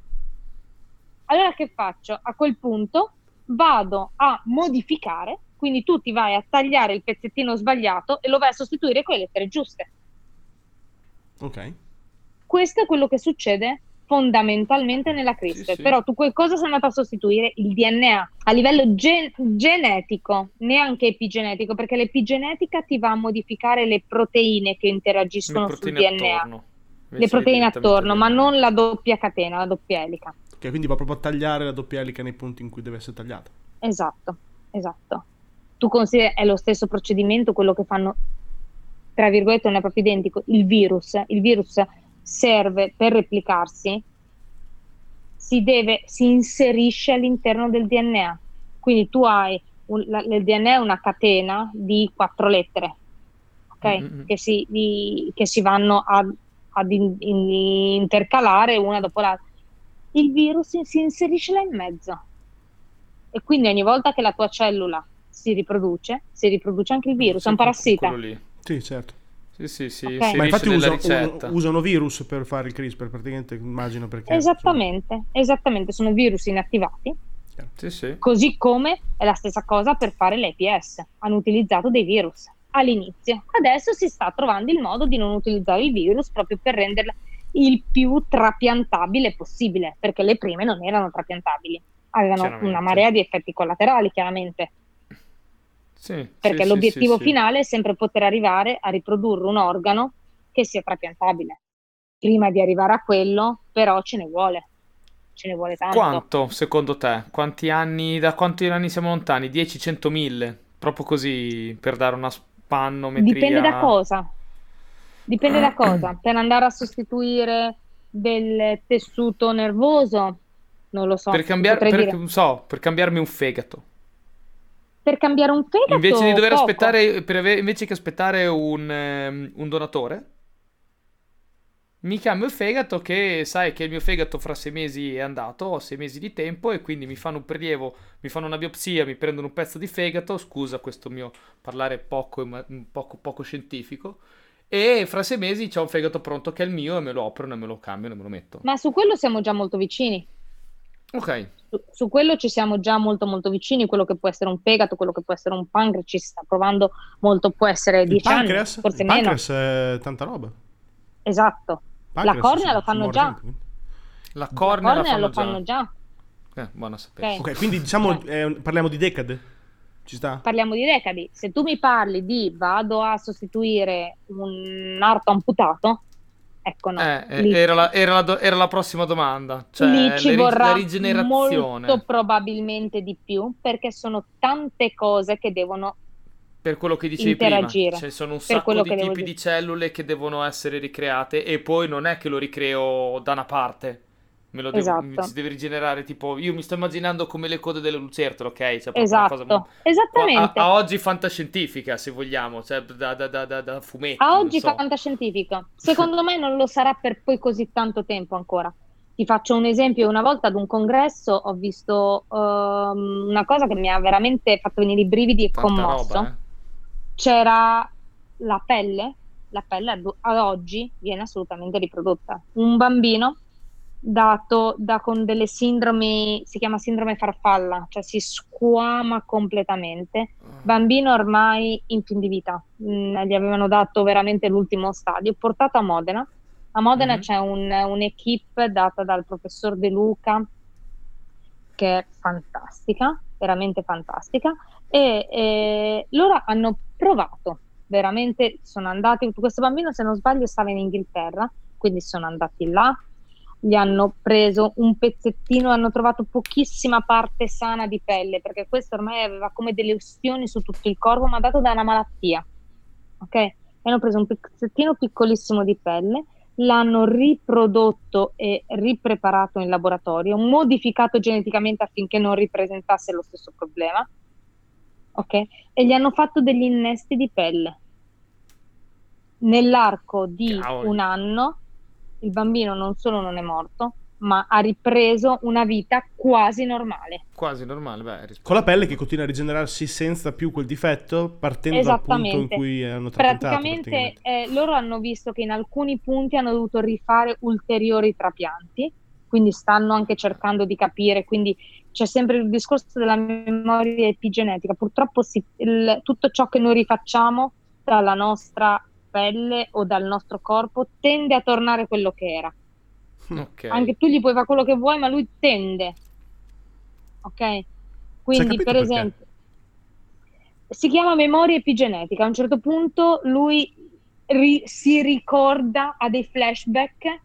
Allora che faccio? A quel punto vado a modificare, quindi tu ti vai a tagliare il pezzettino sbagliato e lo vai a sostituire con le lettere giuste. Ok. Questo è quello che succede fondamentalmente nella CRISPR, Sì, sì. però tu quel cosa sei andato a sostituire? Il D N A a livello gen- genetico, neanche epigenetico, perché l'epigenetica ti va a modificare le proteine che Le interagiscono sul proteine D N A, attorno. le Invece lì proteine direttamente attorno, ma D N A. non la doppia catena, la doppia elica. Ok, quindi va proprio a tagliare la doppia elica nei punti in cui deve essere tagliata. Esatto, esatto. Tu consideri, è lo stesso procedimento, quello che fanno, tra virgolette, non è proprio identico, il virus. Il virus serve per replicarsi, si deve, si inserisce all'interno del D N A. Quindi tu hai, un, la, il D N A è una catena di quattro lettere, ok? Mm-hmm. Che, si, di, che si vanno ad, ad in, in, intercalare una dopo l'altra. Il virus si inserisce là in mezzo. E quindi ogni volta che la tua cellula si riproduce, si riproduce anche il virus, è un parassita. Quello lì. Sì, certo. Sì, sì, sì. Ok. Ma infatti nella usa- ricetta. un- usano virus per fare il CRISPR, praticamente, immagino, perché... Esattamente, esattamente, sono virus inattivati, Sì, sì. così come è la stessa cosa per fare l'A P S. Hanno utilizzato dei virus all'inizio. Adesso si sta trovando il modo di non utilizzare il virus proprio per renderla il più trapiantabile possibile, perché le prime non erano trapiantabili, avevano Chiaramente. una marea di effetti collaterali, chiaramente, Sì, perché sì, l'obiettivo sì, sì, sì. finale è sempre poter arrivare a riprodurre un organo che sia trapiantabile. Prima di arrivare a quello, però, ce ne vuole, ce ne vuole tanto. Quanto, secondo te? Quanti anni, da quanti anni siamo lontani? dieci, cento, mille? Proprio così, per dare una spannometria. Dipende da cosa. Dipende da cosa. Per andare a sostituire del tessuto nervoso, non lo so. Per cambiare, potrei per, dire. non so, per cambiarmi un fegato. Per cambiare un fegato, Invece di dover poco. aspettare, per ave- invece che aspettare un, ehm, un donatore, mi cambio il fegato, che sai che il mio fegato fra sei mesi è andato, ho sei mesi di tempo e quindi mi fanno un prelievo, mi fanno una biopsia, mi prendono un pezzo di fegato, scusa questo mio parlare poco, ma- poco, poco scientifico, e fra sei mesi c'ho un fegato pronto che è il mio e me lo operano e me lo cambiano e me lo metto. Ma su quello siamo già molto vicini. Ok, Su, su quello ci siamo già molto molto vicini. Quello che può essere un fegato, quello che può essere un pancreas, ci si sta provando molto, può essere Il dieci anni, pancreas? forse Il meno. pancreas è tanta roba. Esatto. Pancreas La cornea si- lo si fanno muore già. sempre, quindi. la La cornea la cornea fanno lo fanno già. già. Eh, buona a sapere. Ok. Ok, quindi diciamo, Ok. eh, parliamo di decade? Ci sta? Parliamo di decadi. Se tu mi parli di vado a sostituire un arto amputato, ecco no. Eh, eh, Lì- era, la, era, la do- era la prossima domanda. Cioè, lì ci le rig- vorrà la rigenerazione. molto probabilmente di più, perché sono tante cose che devono Per quello che dicevi prima, interagire. ci sono un Per sacco quello di che devo tipi dire. di cellule che devono essere ricreate e poi non è che lo ricreo da una parte. Me lo devo, Esatto. mi- si deve rigenerare, tipo, io mi sto immaginando come le code delle lucertole, ok? Cioè, proprio Esatto, una cosa mo- esattamente. a, a oggi fantascientifica, se vogliamo, cioè da, da, da, da, da fumetti, A non oggi so. fantascientifico. Secondo me non lo sarà per poi così tanto tempo ancora. Ti faccio un esempio. Una volta ad un congresso ho visto ehm, una cosa che mi ha veramente fatto venire i brividi e Tanta commosso. roba, eh? C'era la pelle, la pelle ad, ad oggi viene assolutamente riprodotta. Un bambino dato da con delle sindromi, si chiama sindrome farfalla, cioè si squama completamente. Bambino ormai in fin di vita, Mm, gli avevano dato veramente l'ultimo stadio, portato a Modena. A Modena Mhm. c'è un, un'equipe data dal professor De Luca che è fantastica, veramente fantastica, e, e loro hanno provato, veramente sono andati, questo bambino se non sbaglio stava in Inghilterra, quindi sono andati là, gli hanno preso un pezzettino, hanno trovato pochissima parte sana di pelle, perché questo ormai aveva come delle ustioni su tutto il corpo, ma dato da una malattia, ok? E hanno preso un pezzettino piccolissimo di pelle, l'hanno riprodotto e ripreparato in laboratorio, modificato geneticamente affinché non ripresentasse lo stesso problema, ok? E gli hanno fatto degli innesti di pelle. Nell'arco di Cavoli. un anno il bambino non solo non è morto, ma ha ripreso una vita quasi normale. Quasi normale, beh, rispetto- Con la pelle che continua a rigenerarsi senza più quel difetto, partendo dal punto in Esattamente. cui hanno trapiantato. Praticamente eh, loro hanno visto che in alcuni punti hanno dovuto rifare ulteriori trapianti, quindi stanno anche cercando di capire, quindi c'è sempre il discorso della memoria epigenetica. Purtroppo si- il- tutto ciò che noi rifacciamo dalla nostra pelle o dal nostro corpo tende a tornare quello che era. Ok. Anche tu gli puoi fare quello che vuoi, ma lui tende. Ok? Quindi, capito per perché? esempio, si chiama memoria epigenetica. A un certo punto lui ri- si ricorda, ha dei flashback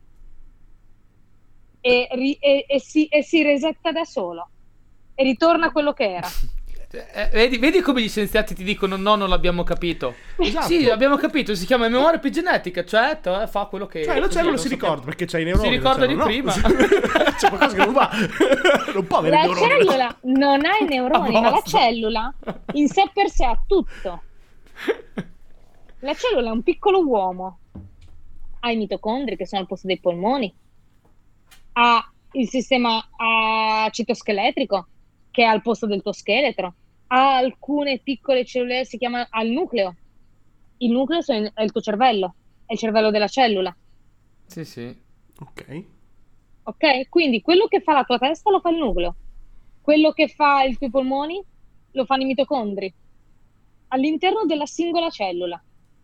e, ri- e- e si, e si resetta da solo e ritorna a quello che era. Eh, vedi, vedi come gli scienziati ti dicono no, non l'abbiamo capito. Esatto. Sì, abbiamo capito, si chiama memoria epigenetica, cioè to- fa quello che... Cioè la così, cellula non si sappiamo. ricorda perché c'hai i neuroni. Si ricorda la di cellula, prima. no. C'è qualcosa che non va. Non può avere i La neuroni. no. cellula non ha i neuroni, A ma la posto. cellula in sé per sé ha tutto. La cellula è un piccolo uomo, ha i mitocondri che sono al posto dei polmoni, ha il sistema ha citoscheletrico che è al posto del tuo scheletro, ha alcune piccole cellule, si chiama ha il nucleo. Il nucleo sono- è il tuo cervello, è il cervello della cellula. Sì, sì. Ok. Ok? Quindi quello che fa la tua testa lo fa il nucleo, quello che fa i tuoi polmoni lo fanno i mitocondri all'interno della singola cellula.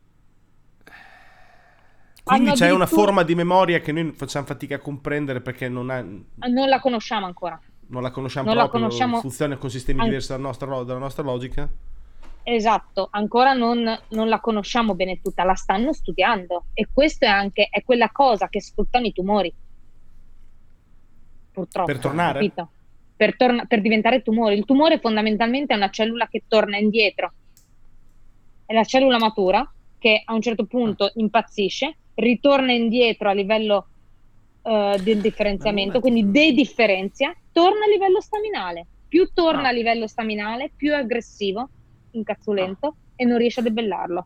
Quindi Hanno c'è una addirittura- forma di memoria che noi facciamo fatica a comprendere perché non, ha, Non la conosciamo ancora. non la conosciamo Non la proprio, conosciamo- funziona con sistemi An- diversi dalla nostra, lo- dalla nostra logica. Esatto, ancora non, non la conosciamo bene tutta, la stanno studiando e questo è anche è quella cosa che sfruttano i tumori. Purtroppo. Per tornare? Capito? Per, torna- per diventare tumore. Il tumore fondamentalmente è una cellula che torna indietro. È la cellula matura che a un certo punto impazzisce, ritorna indietro a livello eh, del differenziamento, Ma non è quindi che- dedifferenzia, torna a livello staminale. Più torna Ah. a livello staminale, più è aggressivo, incazzolento e non riesce a debellarlo.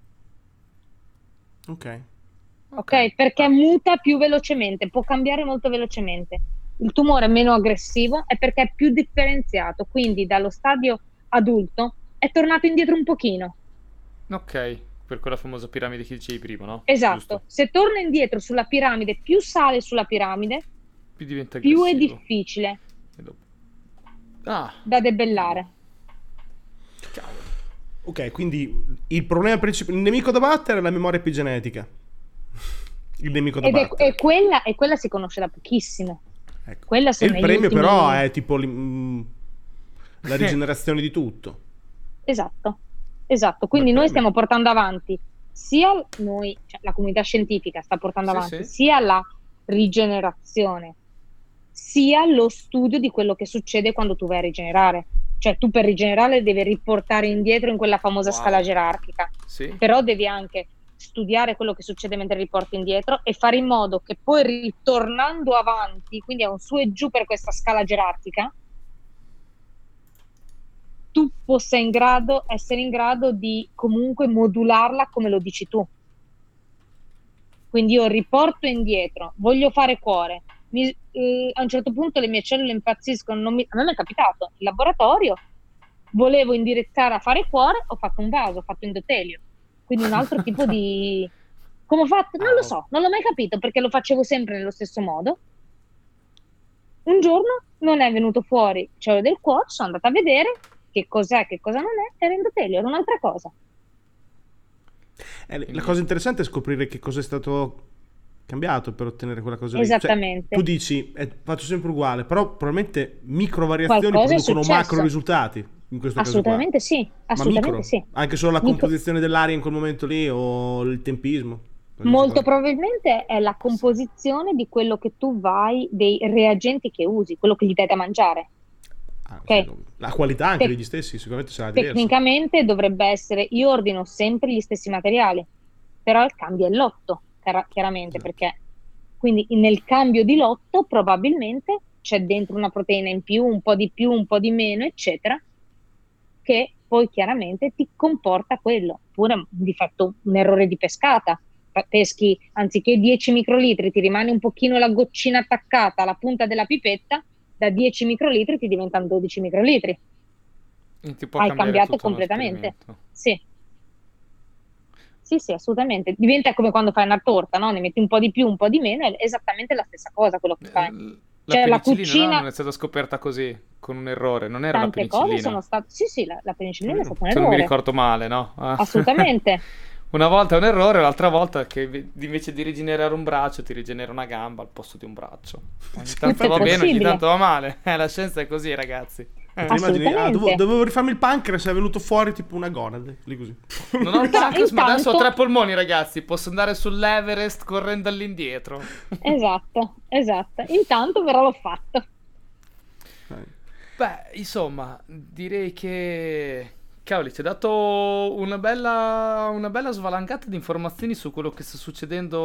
Ok. Ok? Perché muta più velocemente, può cambiare molto velocemente. Il tumore è meno aggressivo è perché è più differenziato, quindi dallo stadio adulto è tornato indietro un pochino. Ok, per quella famosa piramide che dicevi prima, no? Esatto. Giusto. Se torna indietro sulla piramide, più sale sulla piramide, Più diventa più è aggressivo. difficile E dopo- Ah, da debellare. cavolo. Ok, quindi il problema principale, il nemico da battere è la memoria epigenetica. Il nemico da Ed è, battere. e quella, e quella si conosce da pochissimo. Ecco. Quella E sono il negli premio ultimi- però è tipo li- mm, la rigenerazione di tutto. Esatto, esatto. Quindi Beh, noi premio. stiamo portando avanti sia noi, cioè la comunità scientifica sta portando Sì, avanti sì. sia la rigenerazione, sia lo studio di quello che succede quando tu vai a rigenerare. Cioè tu per rigenerare devi riportare indietro in quella famosa Wow. scala gerarchica, Sì. però devi anche studiare quello che succede mentre riporti indietro e fare in modo che poi ritornando avanti, quindi è un su e giù per questa scala gerarchica, tu possa in grado, essere in grado di comunque modularla come lo dici tu. Quindi io riporto indietro, voglio fare cuore, mi- eh, a un certo punto le mie cellule impazziscono, non mi- a me mi è capitato, in laboratorio volevo indirizzare a fare cuore, ho fatto un vaso, ho fatto endotelio, quindi un altro tipo di... Come ho fatto? Non lo so, non l'ho mai capito perché lo facevo sempre nello stesso modo. Un giorno non è venuto fuori cellule del cuore, sono andata a vedere che cos'è, che cosa non è, era endotelio, era un'altra cosa. Eh, la cosa interessante è scoprire che cosa è stato cambiato per ottenere quella cosa lì. Esattamente. Cioè, tu dici, eh, faccio sempre uguale, però probabilmente micro variazioni Qualcosa è producono successo. macro risultati. In questo Assolutamente caso sì, qua. Ma assolutamente micro? sì. Anche solo la Micro- composizione dell'aria in quel momento lì o il tempismo? Molto probabilmente è la composizione di quello che tu vai, dei reagenti che usi, quello che gli dai da mangiare. Ah, Ok. sì, la qualità anche Tec- degli stessi sicuramente sarà diversa. Tecnicamente dovrebbe essere, io ordino sempre gli stessi materiali, però il cambio è lotto, chiara- chiaramente, Esatto. perché quindi nel cambio di lotto probabilmente c'è dentro una proteina in più, un po' di più, un po' di meno, eccetera, che poi chiaramente ti comporta quello, oppure un difetto, un errore di pescata. Peschi anziché dieci microlitri, ti rimane un pochino la goccina attaccata alla punta della pipetta, da dieci microlitri ti diventano dodici microlitri. E ti può Hai cambiare cambiato tutto uno completamente. esperimento. Sì. Sì, sì, assolutamente. Diventa come quando fai una torta, no? Ne metti un po' di più, un po' di meno, è esattamente la stessa cosa quello che fai. Eh, La Cioè, la penicillina cucina- no, non è stata scoperta così, con un errore, non era la Tante penicillina. cose sono state... Sì, sì, la, la penicillina è stata un Se non mi errore. ricordo male, no? Ah. Assolutamente. Una volta è un errore, l'altra volta che invece di rigenerare un braccio ti rigenera una gamba al posto di un braccio. Ogni tanto va bene, ogni tanto va male. Eh, la scienza è così, ragazzi. Eh. Immagini, ah, dovevo, dovevo rifarmi il pancreas e è venuto fuori tipo una gonade, lì così. Non ho il pancreas, Intanto... ma adesso ho tre polmoni, ragazzi. Posso andare sull'Everest correndo all'indietro. Esatto, esatto. Intanto però l'ho fatto. Beh, insomma, direi che... Cavoli, ci ha dato una bella, una bella svalangata di informazioni su quello che sta succedendo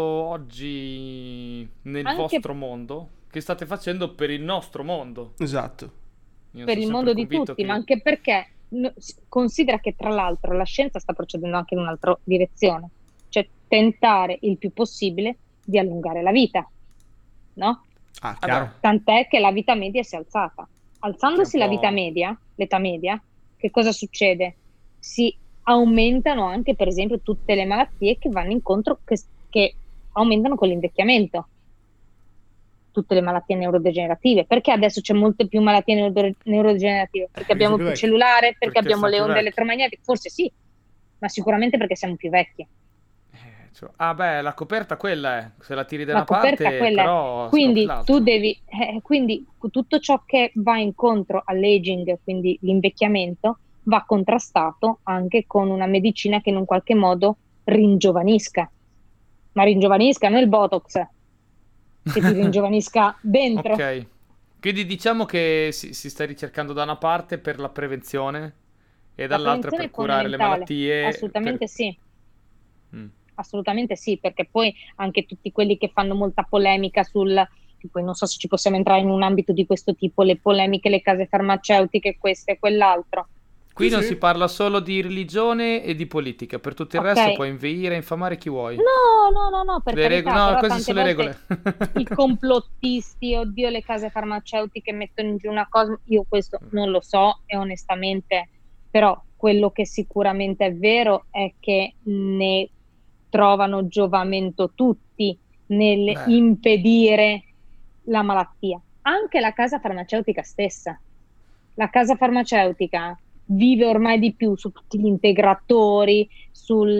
oggi nel Anche... vostro mondo, che state facendo per il nostro mondo. Esatto. Io per il mondo di tutti, che... ma anche perché no, considera che tra l'altro la scienza sta procedendo anche in un'altra direzione, cioè tentare il più possibile di allungare la vita, no? Ah, chiaro. Tant'è che la vita media si è alzata. Alzandosi la po'... vita media, l'età media, che cosa succede? Si aumentano anche, per esempio, tutte le malattie che vanno incontro, che, che aumentano con l'invecchiamento. Tutte le malattie neurodegenerative. Perché adesso c'è molte più malattie neuro- neurodegenerative? Perché Eh, abbiamo più vecchi. cellulare, perché, Perché abbiamo le siamo più onde vecchi. elettromagnetiche? Forse sì, ma sicuramente perché siamo più vecchi. Eh, cioè... Ah beh, la coperta quella è, se la tiri da La una parte, coperta quella è. però Quindi scopri tu l'altra. devi, eh, quindi tutto ciò che va incontro all'aging, quindi l'invecchiamento, va contrastato anche con una medicina che in un qualche modo ringiovanisca. Ma ringiovanisca, non il Botox, che ti ringiovanisca dentro. Ok, quindi diciamo che si, si sta ricercando da una parte per la prevenzione e La dall'altra prevenzione per è curare le fondamentale. malattie. Assolutamente per- sì. Mm. Assolutamente sì, perché poi anche tutti quelli che fanno molta polemica sul, poi non so se ci possiamo entrare in un ambito di questo tipo, le polemiche, le case farmaceutiche, questo e quell'altro. Qui Sì, non sì. si parla solo di religione e di politica, per tutto il Ok. resto puoi inveire e infamare chi vuoi. No, no, no, no, per Le carità, regole, no, però queste tante sono le volte regole. i complottisti, oddio, le case farmaceutiche mettono in giù una cosa, io questo non lo so e onestamente, però quello che sicuramente è vero è che ne trovano giovamento tutti nel Eh. impedire la malattia. Anche la casa farmaceutica stessa. La casa farmaceutica vive ormai di più su tutti gli integratori, sul,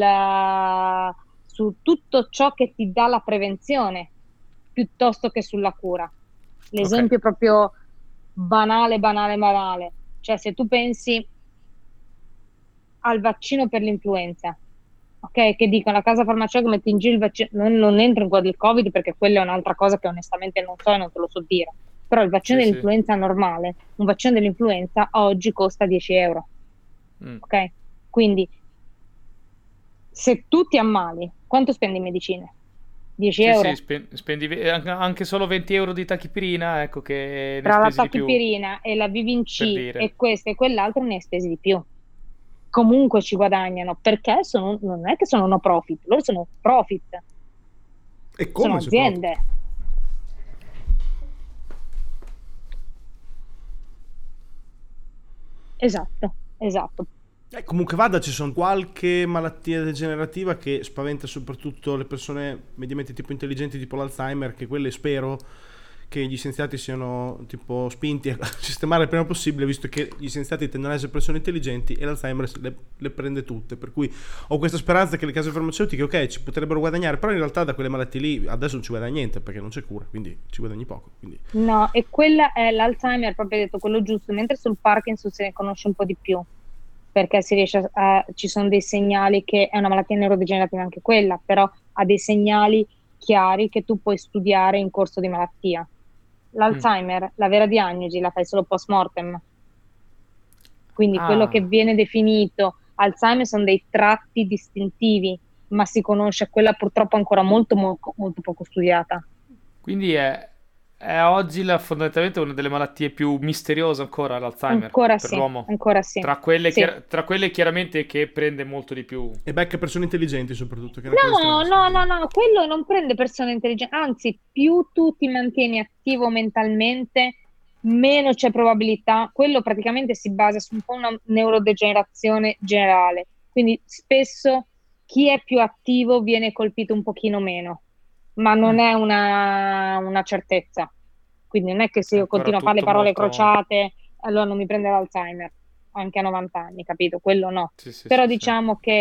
uh, su tutto ciò che ti dà la prevenzione, piuttosto che sulla cura. L'esempio Ok. proprio banale, banale, banale. Cioè, se tu pensi al vaccino per l'influenza, ok, che dicono la casa farmaceutica mette in giro il vaccino, non, non entro in quello del Covid perché quella è un'altra cosa che onestamente non so e non te lo so dire, però il vaccino Sì, sì. dell'influenza normale, un vaccino dell'influenza oggi costa dieci euro, Mm. ok? Quindi se tu ti ammali, quanto spendi in medicine? dieci Sì, euro? sì, spen- spendi ve- anche- anche solo venti euro di tachipirina, ecco che ne Tra la spesi di più. tachipirina e la Vivin Per C dire. e questo e quell'altro ne hai spesi di più. Comunque ci guadagnano perché sono, non è che sono no profit, loro sono profit, E come sono si aziende. Esatto, esatto. Eh, comunque vada, ci sono qualche malattia degenerativa che spaventa soprattutto le persone mediamente tipo intelligenti, tipo l'Alzheimer, che quelle spero che gli scienziati siano tipo spinti a sistemare il prima possibile, visto che gli scienziati tendono ad essere persone intelligenti e l'Alzheimer le, le prende tutte, per cui ho questa speranza che le case farmaceutiche, ok, ci potrebbero guadagnare, però in realtà da quelle malattie lì adesso non ci guadagna niente perché non c'è cura, quindi ci guadagni poco, quindi... No, e quella è l'Alzheimer, proprio detto quello giusto, mentre sul Parkinson se ne conosce un po' di più, perché si riesce a, a- ci sono dei segnali che è una malattia neurodegenerativa anche quella, però ha dei segnali chiari che tu puoi studiare in corso di malattia. L'Alzheimer, la vera diagnosi la fai solo post mortem, quindi Ah. quello che viene definito Alzheimer sono dei tratti distintivi, ma si conosce quella purtroppo ancora molto molto, molto poco studiata. Quindi è, è oggi la, fondamentalmente una delle malattie più misteriose ancora l'Alzheimer Ancora per sì, l'uomo. ancora sì. Tra quelle, Sì. chiar- tra quelle chiaramente che prende molto di più. E becca persone intelligenti soprattutto, che è una cosa No, stranissima. no, no, no, quello non prende persone intelligenti, anzi, più tu ti mantieni attivo mentalmente, meno c'è probabilità. Quello praticamente si basa su un po' una neurodegenerazione generale, quindi spesso chi è più attivo viene colpito un pochino meno, ma non Mm. è una, una certezza. Quindi non è che se È io ancora continuo a fare le tutto parole molto- crociate, allora non mi prende l'Alzheimer, anche a novanta anni, capito? Quello no. Sì, sì, Però sì, sì. diciamo che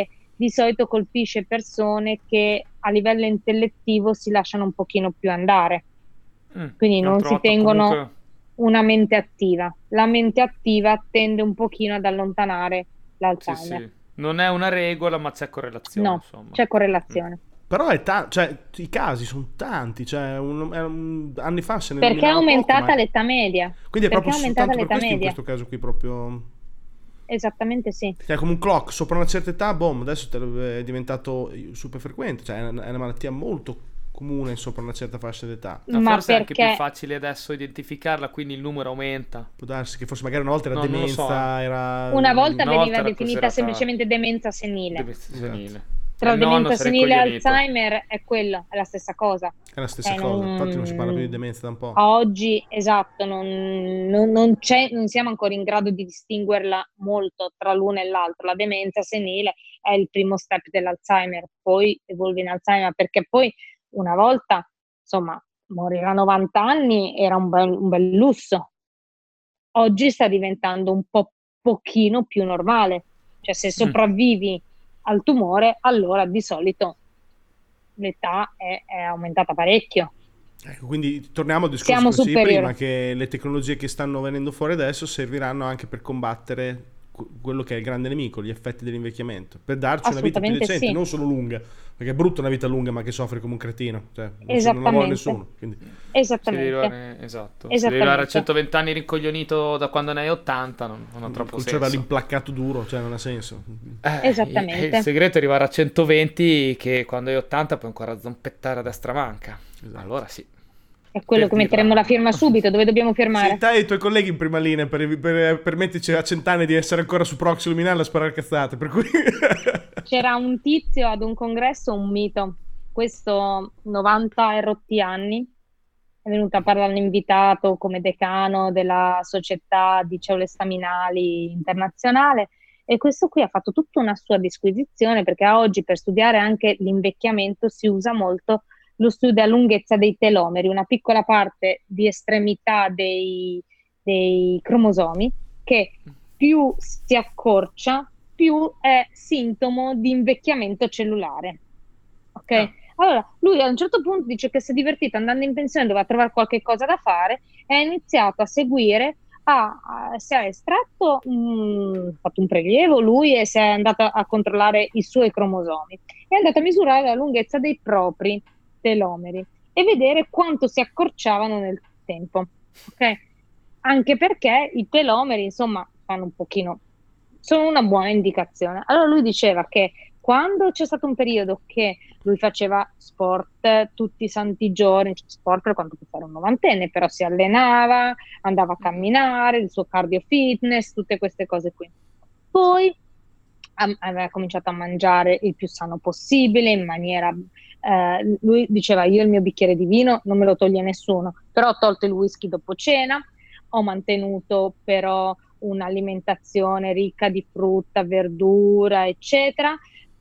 di solito colpisce persone che a livello intellettivo si lasciano un pochino più andare, Mm, quindi l'ho non si trovato tengono comunque- una mente attiva. La mente attiva tende un pochino ad allontanare Sì, l'Alzheimer. sì. Non è una regola, ma c'è correlazione, No, insomma. c'è correlazione. Però è ta- cioè, i casi sono tanti, cioè, un- è un- anni fa se ne Perché è nominava poco, aumentata ma- l'età media. Quindi è Perché proprio è aumentata soltanto per l'età questo in media. questo caso qui proprio... Esattamente sì. Cioè, come un clock, sopra una certa età, boom, adesso te lo- è diventato super frequente, cioè è una, è una malattia molto comune sopra una certa fascia d'età. Ma Ma forse è anche più perché facile adesso identificarla, quindi il numero aumenta. Può darsi che forse magari una volta era No, non lo so, demenza, eh. era... una volta Una veniva volta era definita considerata- semplicemente demenza senile. Demenza Esatto. senile. Tra Il nonno demenza sarà senile e incoglionito. Alzheimer è quello, è la stessa cosa. È la stessa Eh, cosa, non- infatti non si parla più di demenza da un po'. A oggi, esatto, non, non- non c'è, non siamo ancora in grado di distinguerla molto tra l'uno e l'altro. La demenza senile è il primo step dell'Alzheimer, poi evolve in Alzheimer, perché poi una volta, insomma, morire a novanta anni era un bel, un bel lusso. Oggi sta diventando un po' pochino più normale. Cioè, se sopravvivi al tumore, allora di solito l'età è, è aumentata parecchio. Ecco, quindi torniamo al discorso Siamo che dicevi superiori. prima, che le tecnologie che stanno venendo fuori adesso serviranno anche per combattere que- quello che è il grande nemico, gli effetti dell'invecchiamento, per darci una vita più Assolutamente decente, sì. non solo lunga, perché è brutta una vita lunga ma che soffre come un cretino, cioè, non, si- non la Esattamente. vuole nessuno. Quindi, Se devi Esattamente. arrivare, esatto. Se devi Esattamente. arrivare a centoventi anni rincoglionito da quando ne hai ottanta, non, non ha troppo col cervello senso. implaccato duro, cioè non ha senso. Eh, Esattamente. Il, il segreto è arrivare a centoventi, che quando hai ottanta puoi ancora zompettare a destra manca. Esatto. Allora sì. È quello Per che metteremo dirla- la firma subito. Dove dobbiamo firmare? Sì, te e i tuoi colleghi in prima linea per, per permetterci a cent'anni di essere ancora su Proxy Luminale a sparare cazzate, per cui... C'era un tizio ad un congresso, un mito, questo novanta e rotti anni, è venuto a parlare l'invitato come decano della società di cellule staminali internazionale, e questo qui ha fatto tutta una sua disquisizione, perché a oggi per studiare anche l'invecchiamento si usa molto lo studio della lunghezza dei telomeri, una piccola parte di estremità dei, dei cromosomi che più si accorcia, più è sintomo di invecchiamento cellulare. Ok? Ah. Allora, lui a un certo punto dice che si è divertito andando in pensione, doveva trovare qualche cosa da fare, e ha iniziato a seguire, a, a- si è estratto, mm, fatto un prelievo lui, e si è andato a controllare i suoi cromosomi. È andato a misurare la lunghezza dei propri telomeri e vedere quanto si accorciavano nel tempo. Ok? Anche perché i telomeri, insomma, fanno un pochino, sono una buona indicazione. Allora lui diceva che quando c'è stato un periodo che lui faceva sport tutti i santi giorni, cioè sport per quanto può fare un novantenne, però si allenava, andava a camminare, il suo cardio fitness, tutte queste cose qui. Poi am- aveva cominciato a mangiare il più sano possibile, in maniera... eh, lui diceva: io il mio bicchiere di vino non me lo toglie nessuno, però ho tolto il whisky dopo cena, ho mantenuto però un'alimentazione ricca di frutta, verdura, eccetera,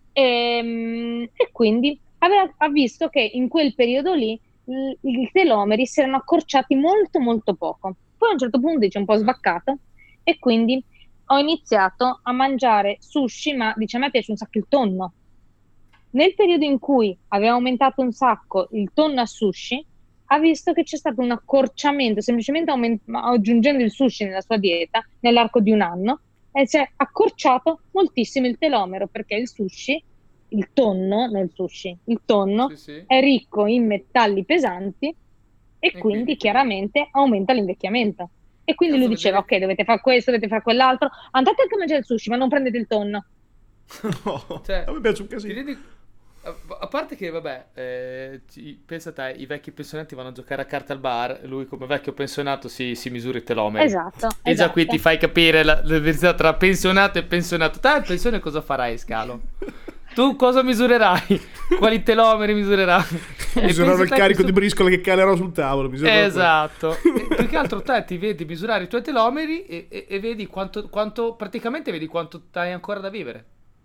e, e quindi aveva, ha visto che in quel periodo lì i i telomeri si erano accorciati molto molto poco. Poi a un certo punto dice un po' sbaccato, e quindi ho iniziato a mangiare sushi, ma dice a me piace un sacco il tonno. Nel periodo in cui aveva aumentato un sacco il tonno a sushi, ha visto che c'è stato un accorciamento, semplicemente aument- aggiungendo il sushi nella sua dieta nell'arco di un anno, e si è accorciato moltissimo il telomero, perché il sushi, il tonno, nel sushi, il tonno Sì, sì. è ricco in metalli pesanti, e, E quindi, quindi- chiaramente aumenta l'invecchiamento. E quindi lui Cazzo, diceva: vedi- ok, dovete fare questo, dovete fare quell'altro, andate anche a mangiare il sushi, ma non prendete il tonno. No, Cioè, a me piace un Ti casino. rendi- a a parte che, vabbè, eh, ci- pensa a te, i vecchi pensionati vanno a giocare a carte al bar, lui come vecchio pensionato si, si misura i telomeri. Esatto. E già qui esatto. ti fai capire la, la differenza tra pensionato e pensionato. Te in pensione cosa farai, Scalo? Tu cosa misurerai? Quali telomeri misurerai? E Misurerò pensa il te carico questo- di briscola che calerò sul tavolo. misurerò Esatto. E più che altro te ti vedi misurare i tuoi telomeri e, e- e vedi quanto, quanto, praticamente vedi quanto hai ancora da vivere.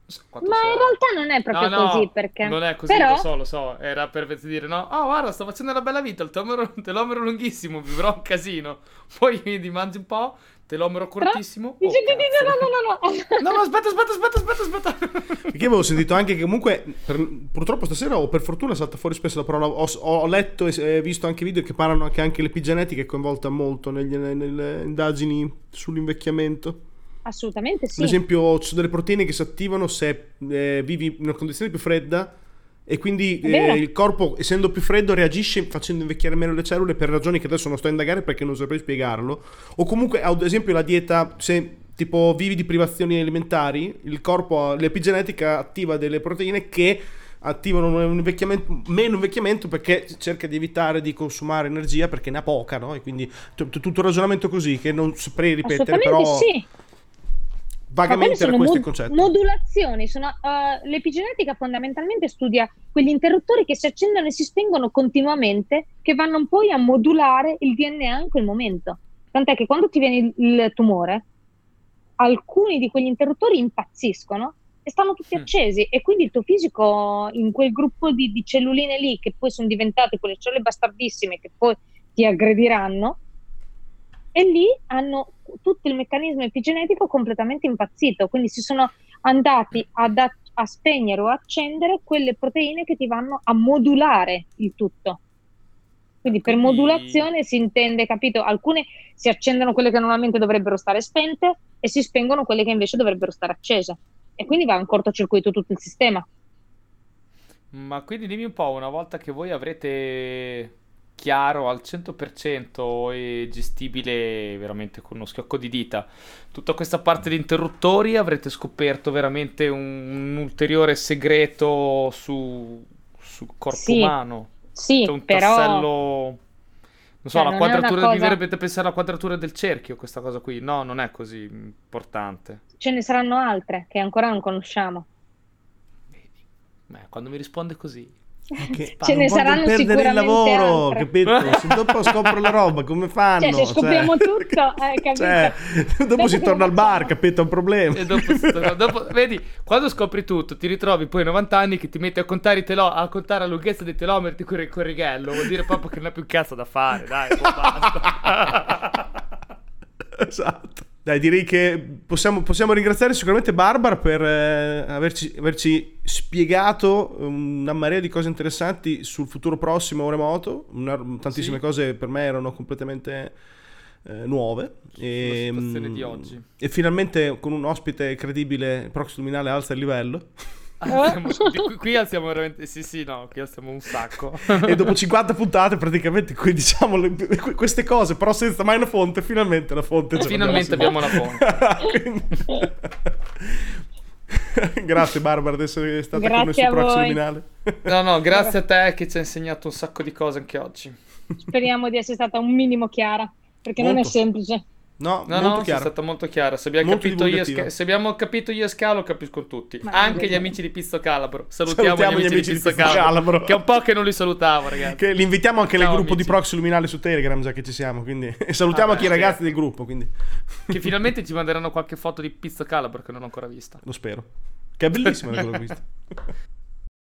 quanto Ma sia- in realtà non è proprio No, no, così, perché non è così, però lo so, lo so. Era per dire, no, oh, guarda, sto facendo una bella vita, il telomero, telomero lunghissimo, vivrò un casino. Poi ti mangi un po', telomero però cortissimo. dice Oh, che dice cazzo. no no no no. No, no, aspetta, aspetta, aspetta, aspetta, aspetta. Perché avevo sentito anche che comunque, per- purtroppo stasera o per fortuna salta fuori spesso la parola, ho, ho letto e eh, visto anche video che parlano che anche l'epigenetica è coinvolta molto negli- nelle indagini sull'invecchiamento. Assolutamente sì. Ad esempio ci sono delle proteine che si attivano se eh, vivi in una condizione più fredda e quindi È vero. eh, il corpo, essendo più freddo, reagisce facendo invecchiare meno le cellule per ragioni che adesso non sto a indagare perché non saprei spiegarlo. O comunque, ad esempio, la dieta, se tipo vivi di privazioni alimentari, il corpo, l'epigenetica attiva delle proteine che attivano un invecchiamento, meno invecchiamento perché cerca di evitare di consumare energia perché ne ha poca, no? E quindi t- t- tutto il ragionamento così che non saprei ripetere, Assolutamente però sì. Ma quelle vagamente era sono questo il mod- concetto. modulazioni, sono, uh, l'epigenetica fondamentalmente studia quegli interruttori che si accendono e si spengono continuamente, che vanno poi a modulare il D N A in quel momento. Tant'è che quando ti viene il, il tumore, alcuni di quegli interruttori impazziscono e stanno tutti Mm. accesi, e quindi il tuo fisico in quel gruppo di, di celluline lì, che poi sono diventate quelle cellule bastardissime che poi ti aggrediranno, e lì hanno tutto il meccanismo epigenetico completamente impazzito, quindi si sono andati ad a, a spegnere o accendere quelle proteine che ti vanno a modulare il tutto. Quindi per Quindi- modulazione si intende, capito? Alcune si accendono quelle che normalmente dovrebbero stare spente e si spengono quelle che invece dovrebbero stare accese, e quindi va in cortocircuito tutto il sistema. Ma quindi dimmi un po', una volta che voi avrete chiaro al cento per cento e gestibile veramente con uno schiocco di dita tutta questa parte di interruttori, avrete scoperto veramente un, un ulteriore segreto su, sul corpo Sì, umano. sì, C'è un però tassello, non so, cioè, la non è una quadratura, mi cosa- verrebbe da pensare alla quadratura del cerchio, questa cosa qui. No, non è così importante. ce ne saranno altre che ancora non conosciamo. Vedi? Beh, quando mi risponde così. Che- Ce non ne voglio saranno perdere il sicuramente lavoro, altre. capito? Se dopo scopro la roba, come fanno? Cioè, se scopriamo tutto, eh, capito? cioè, dopo si cosa torna al bar, facciamo? capito? È un problema. E dopo, si torna- dopo- vedi, quando scopri tutto, ti ritrovi poi a novanta anni che ti metti a contare i telo- a contare la lunghezza dei telometri con il con il righello, vuol dire proprio che non hai più un cazzo da fare, dai, poi basta. Esatto. Dai, direi che possiamo, possiamo ringraziare sicuramente Barbara per eh, averci, averci spiegato una marea di cose interessanti sul futuro prossimo o remoto. Una- tantissime Sì. cose per me erano completamente eh, nuove. E, situazione mm, di oggi. E finalmente con un ospite credibile, Prox Luminale alza il livello. Alziamo- di qui, qui alziamo veramente, sì sì no, qui alziamo un sacco. E dopo cinquanta puntate praticamente qui diciamo le- queste cose, però senza mai una fonte, finalmente la fonte ce Finalmente l'abbiamo. abbiamo una fonte. Quindi- Grazie Barbara di essere stata con noi Grazie su a Prox voi. Luminale. No, no, grazie a te che ci hai insegnato un sacco di cose anche oggi. Speriamo di essere stata un minimo chiara, perché non è Molto. semplice. No, No, molto no, sei chiaro. stata molto chiara. Se abbiamo, Molto capito io, e divulgativa. Sca- se abbiamo capito io e Scalo, capiscono tutti. Ma- Anche gli amici di Pizzo Calabro. Salutiamo, Salutiamo gli amici, di Pizzo Calabro, Calabro. che è un po' che non li salutavo, ragazzi. Che li invitiamo anche nel Ciao, gruppo amici. di Prox Luminale su Telegram, già che ci siamo, quindi e salutiamo Ah, anche i beh, ragazzi sì. del gruppo, quindi Che finalmente ci manderanno qualche foto di Pizzo Calabro che non ho ancora vista. lo spero. Che è bellissimo quello che ho visto.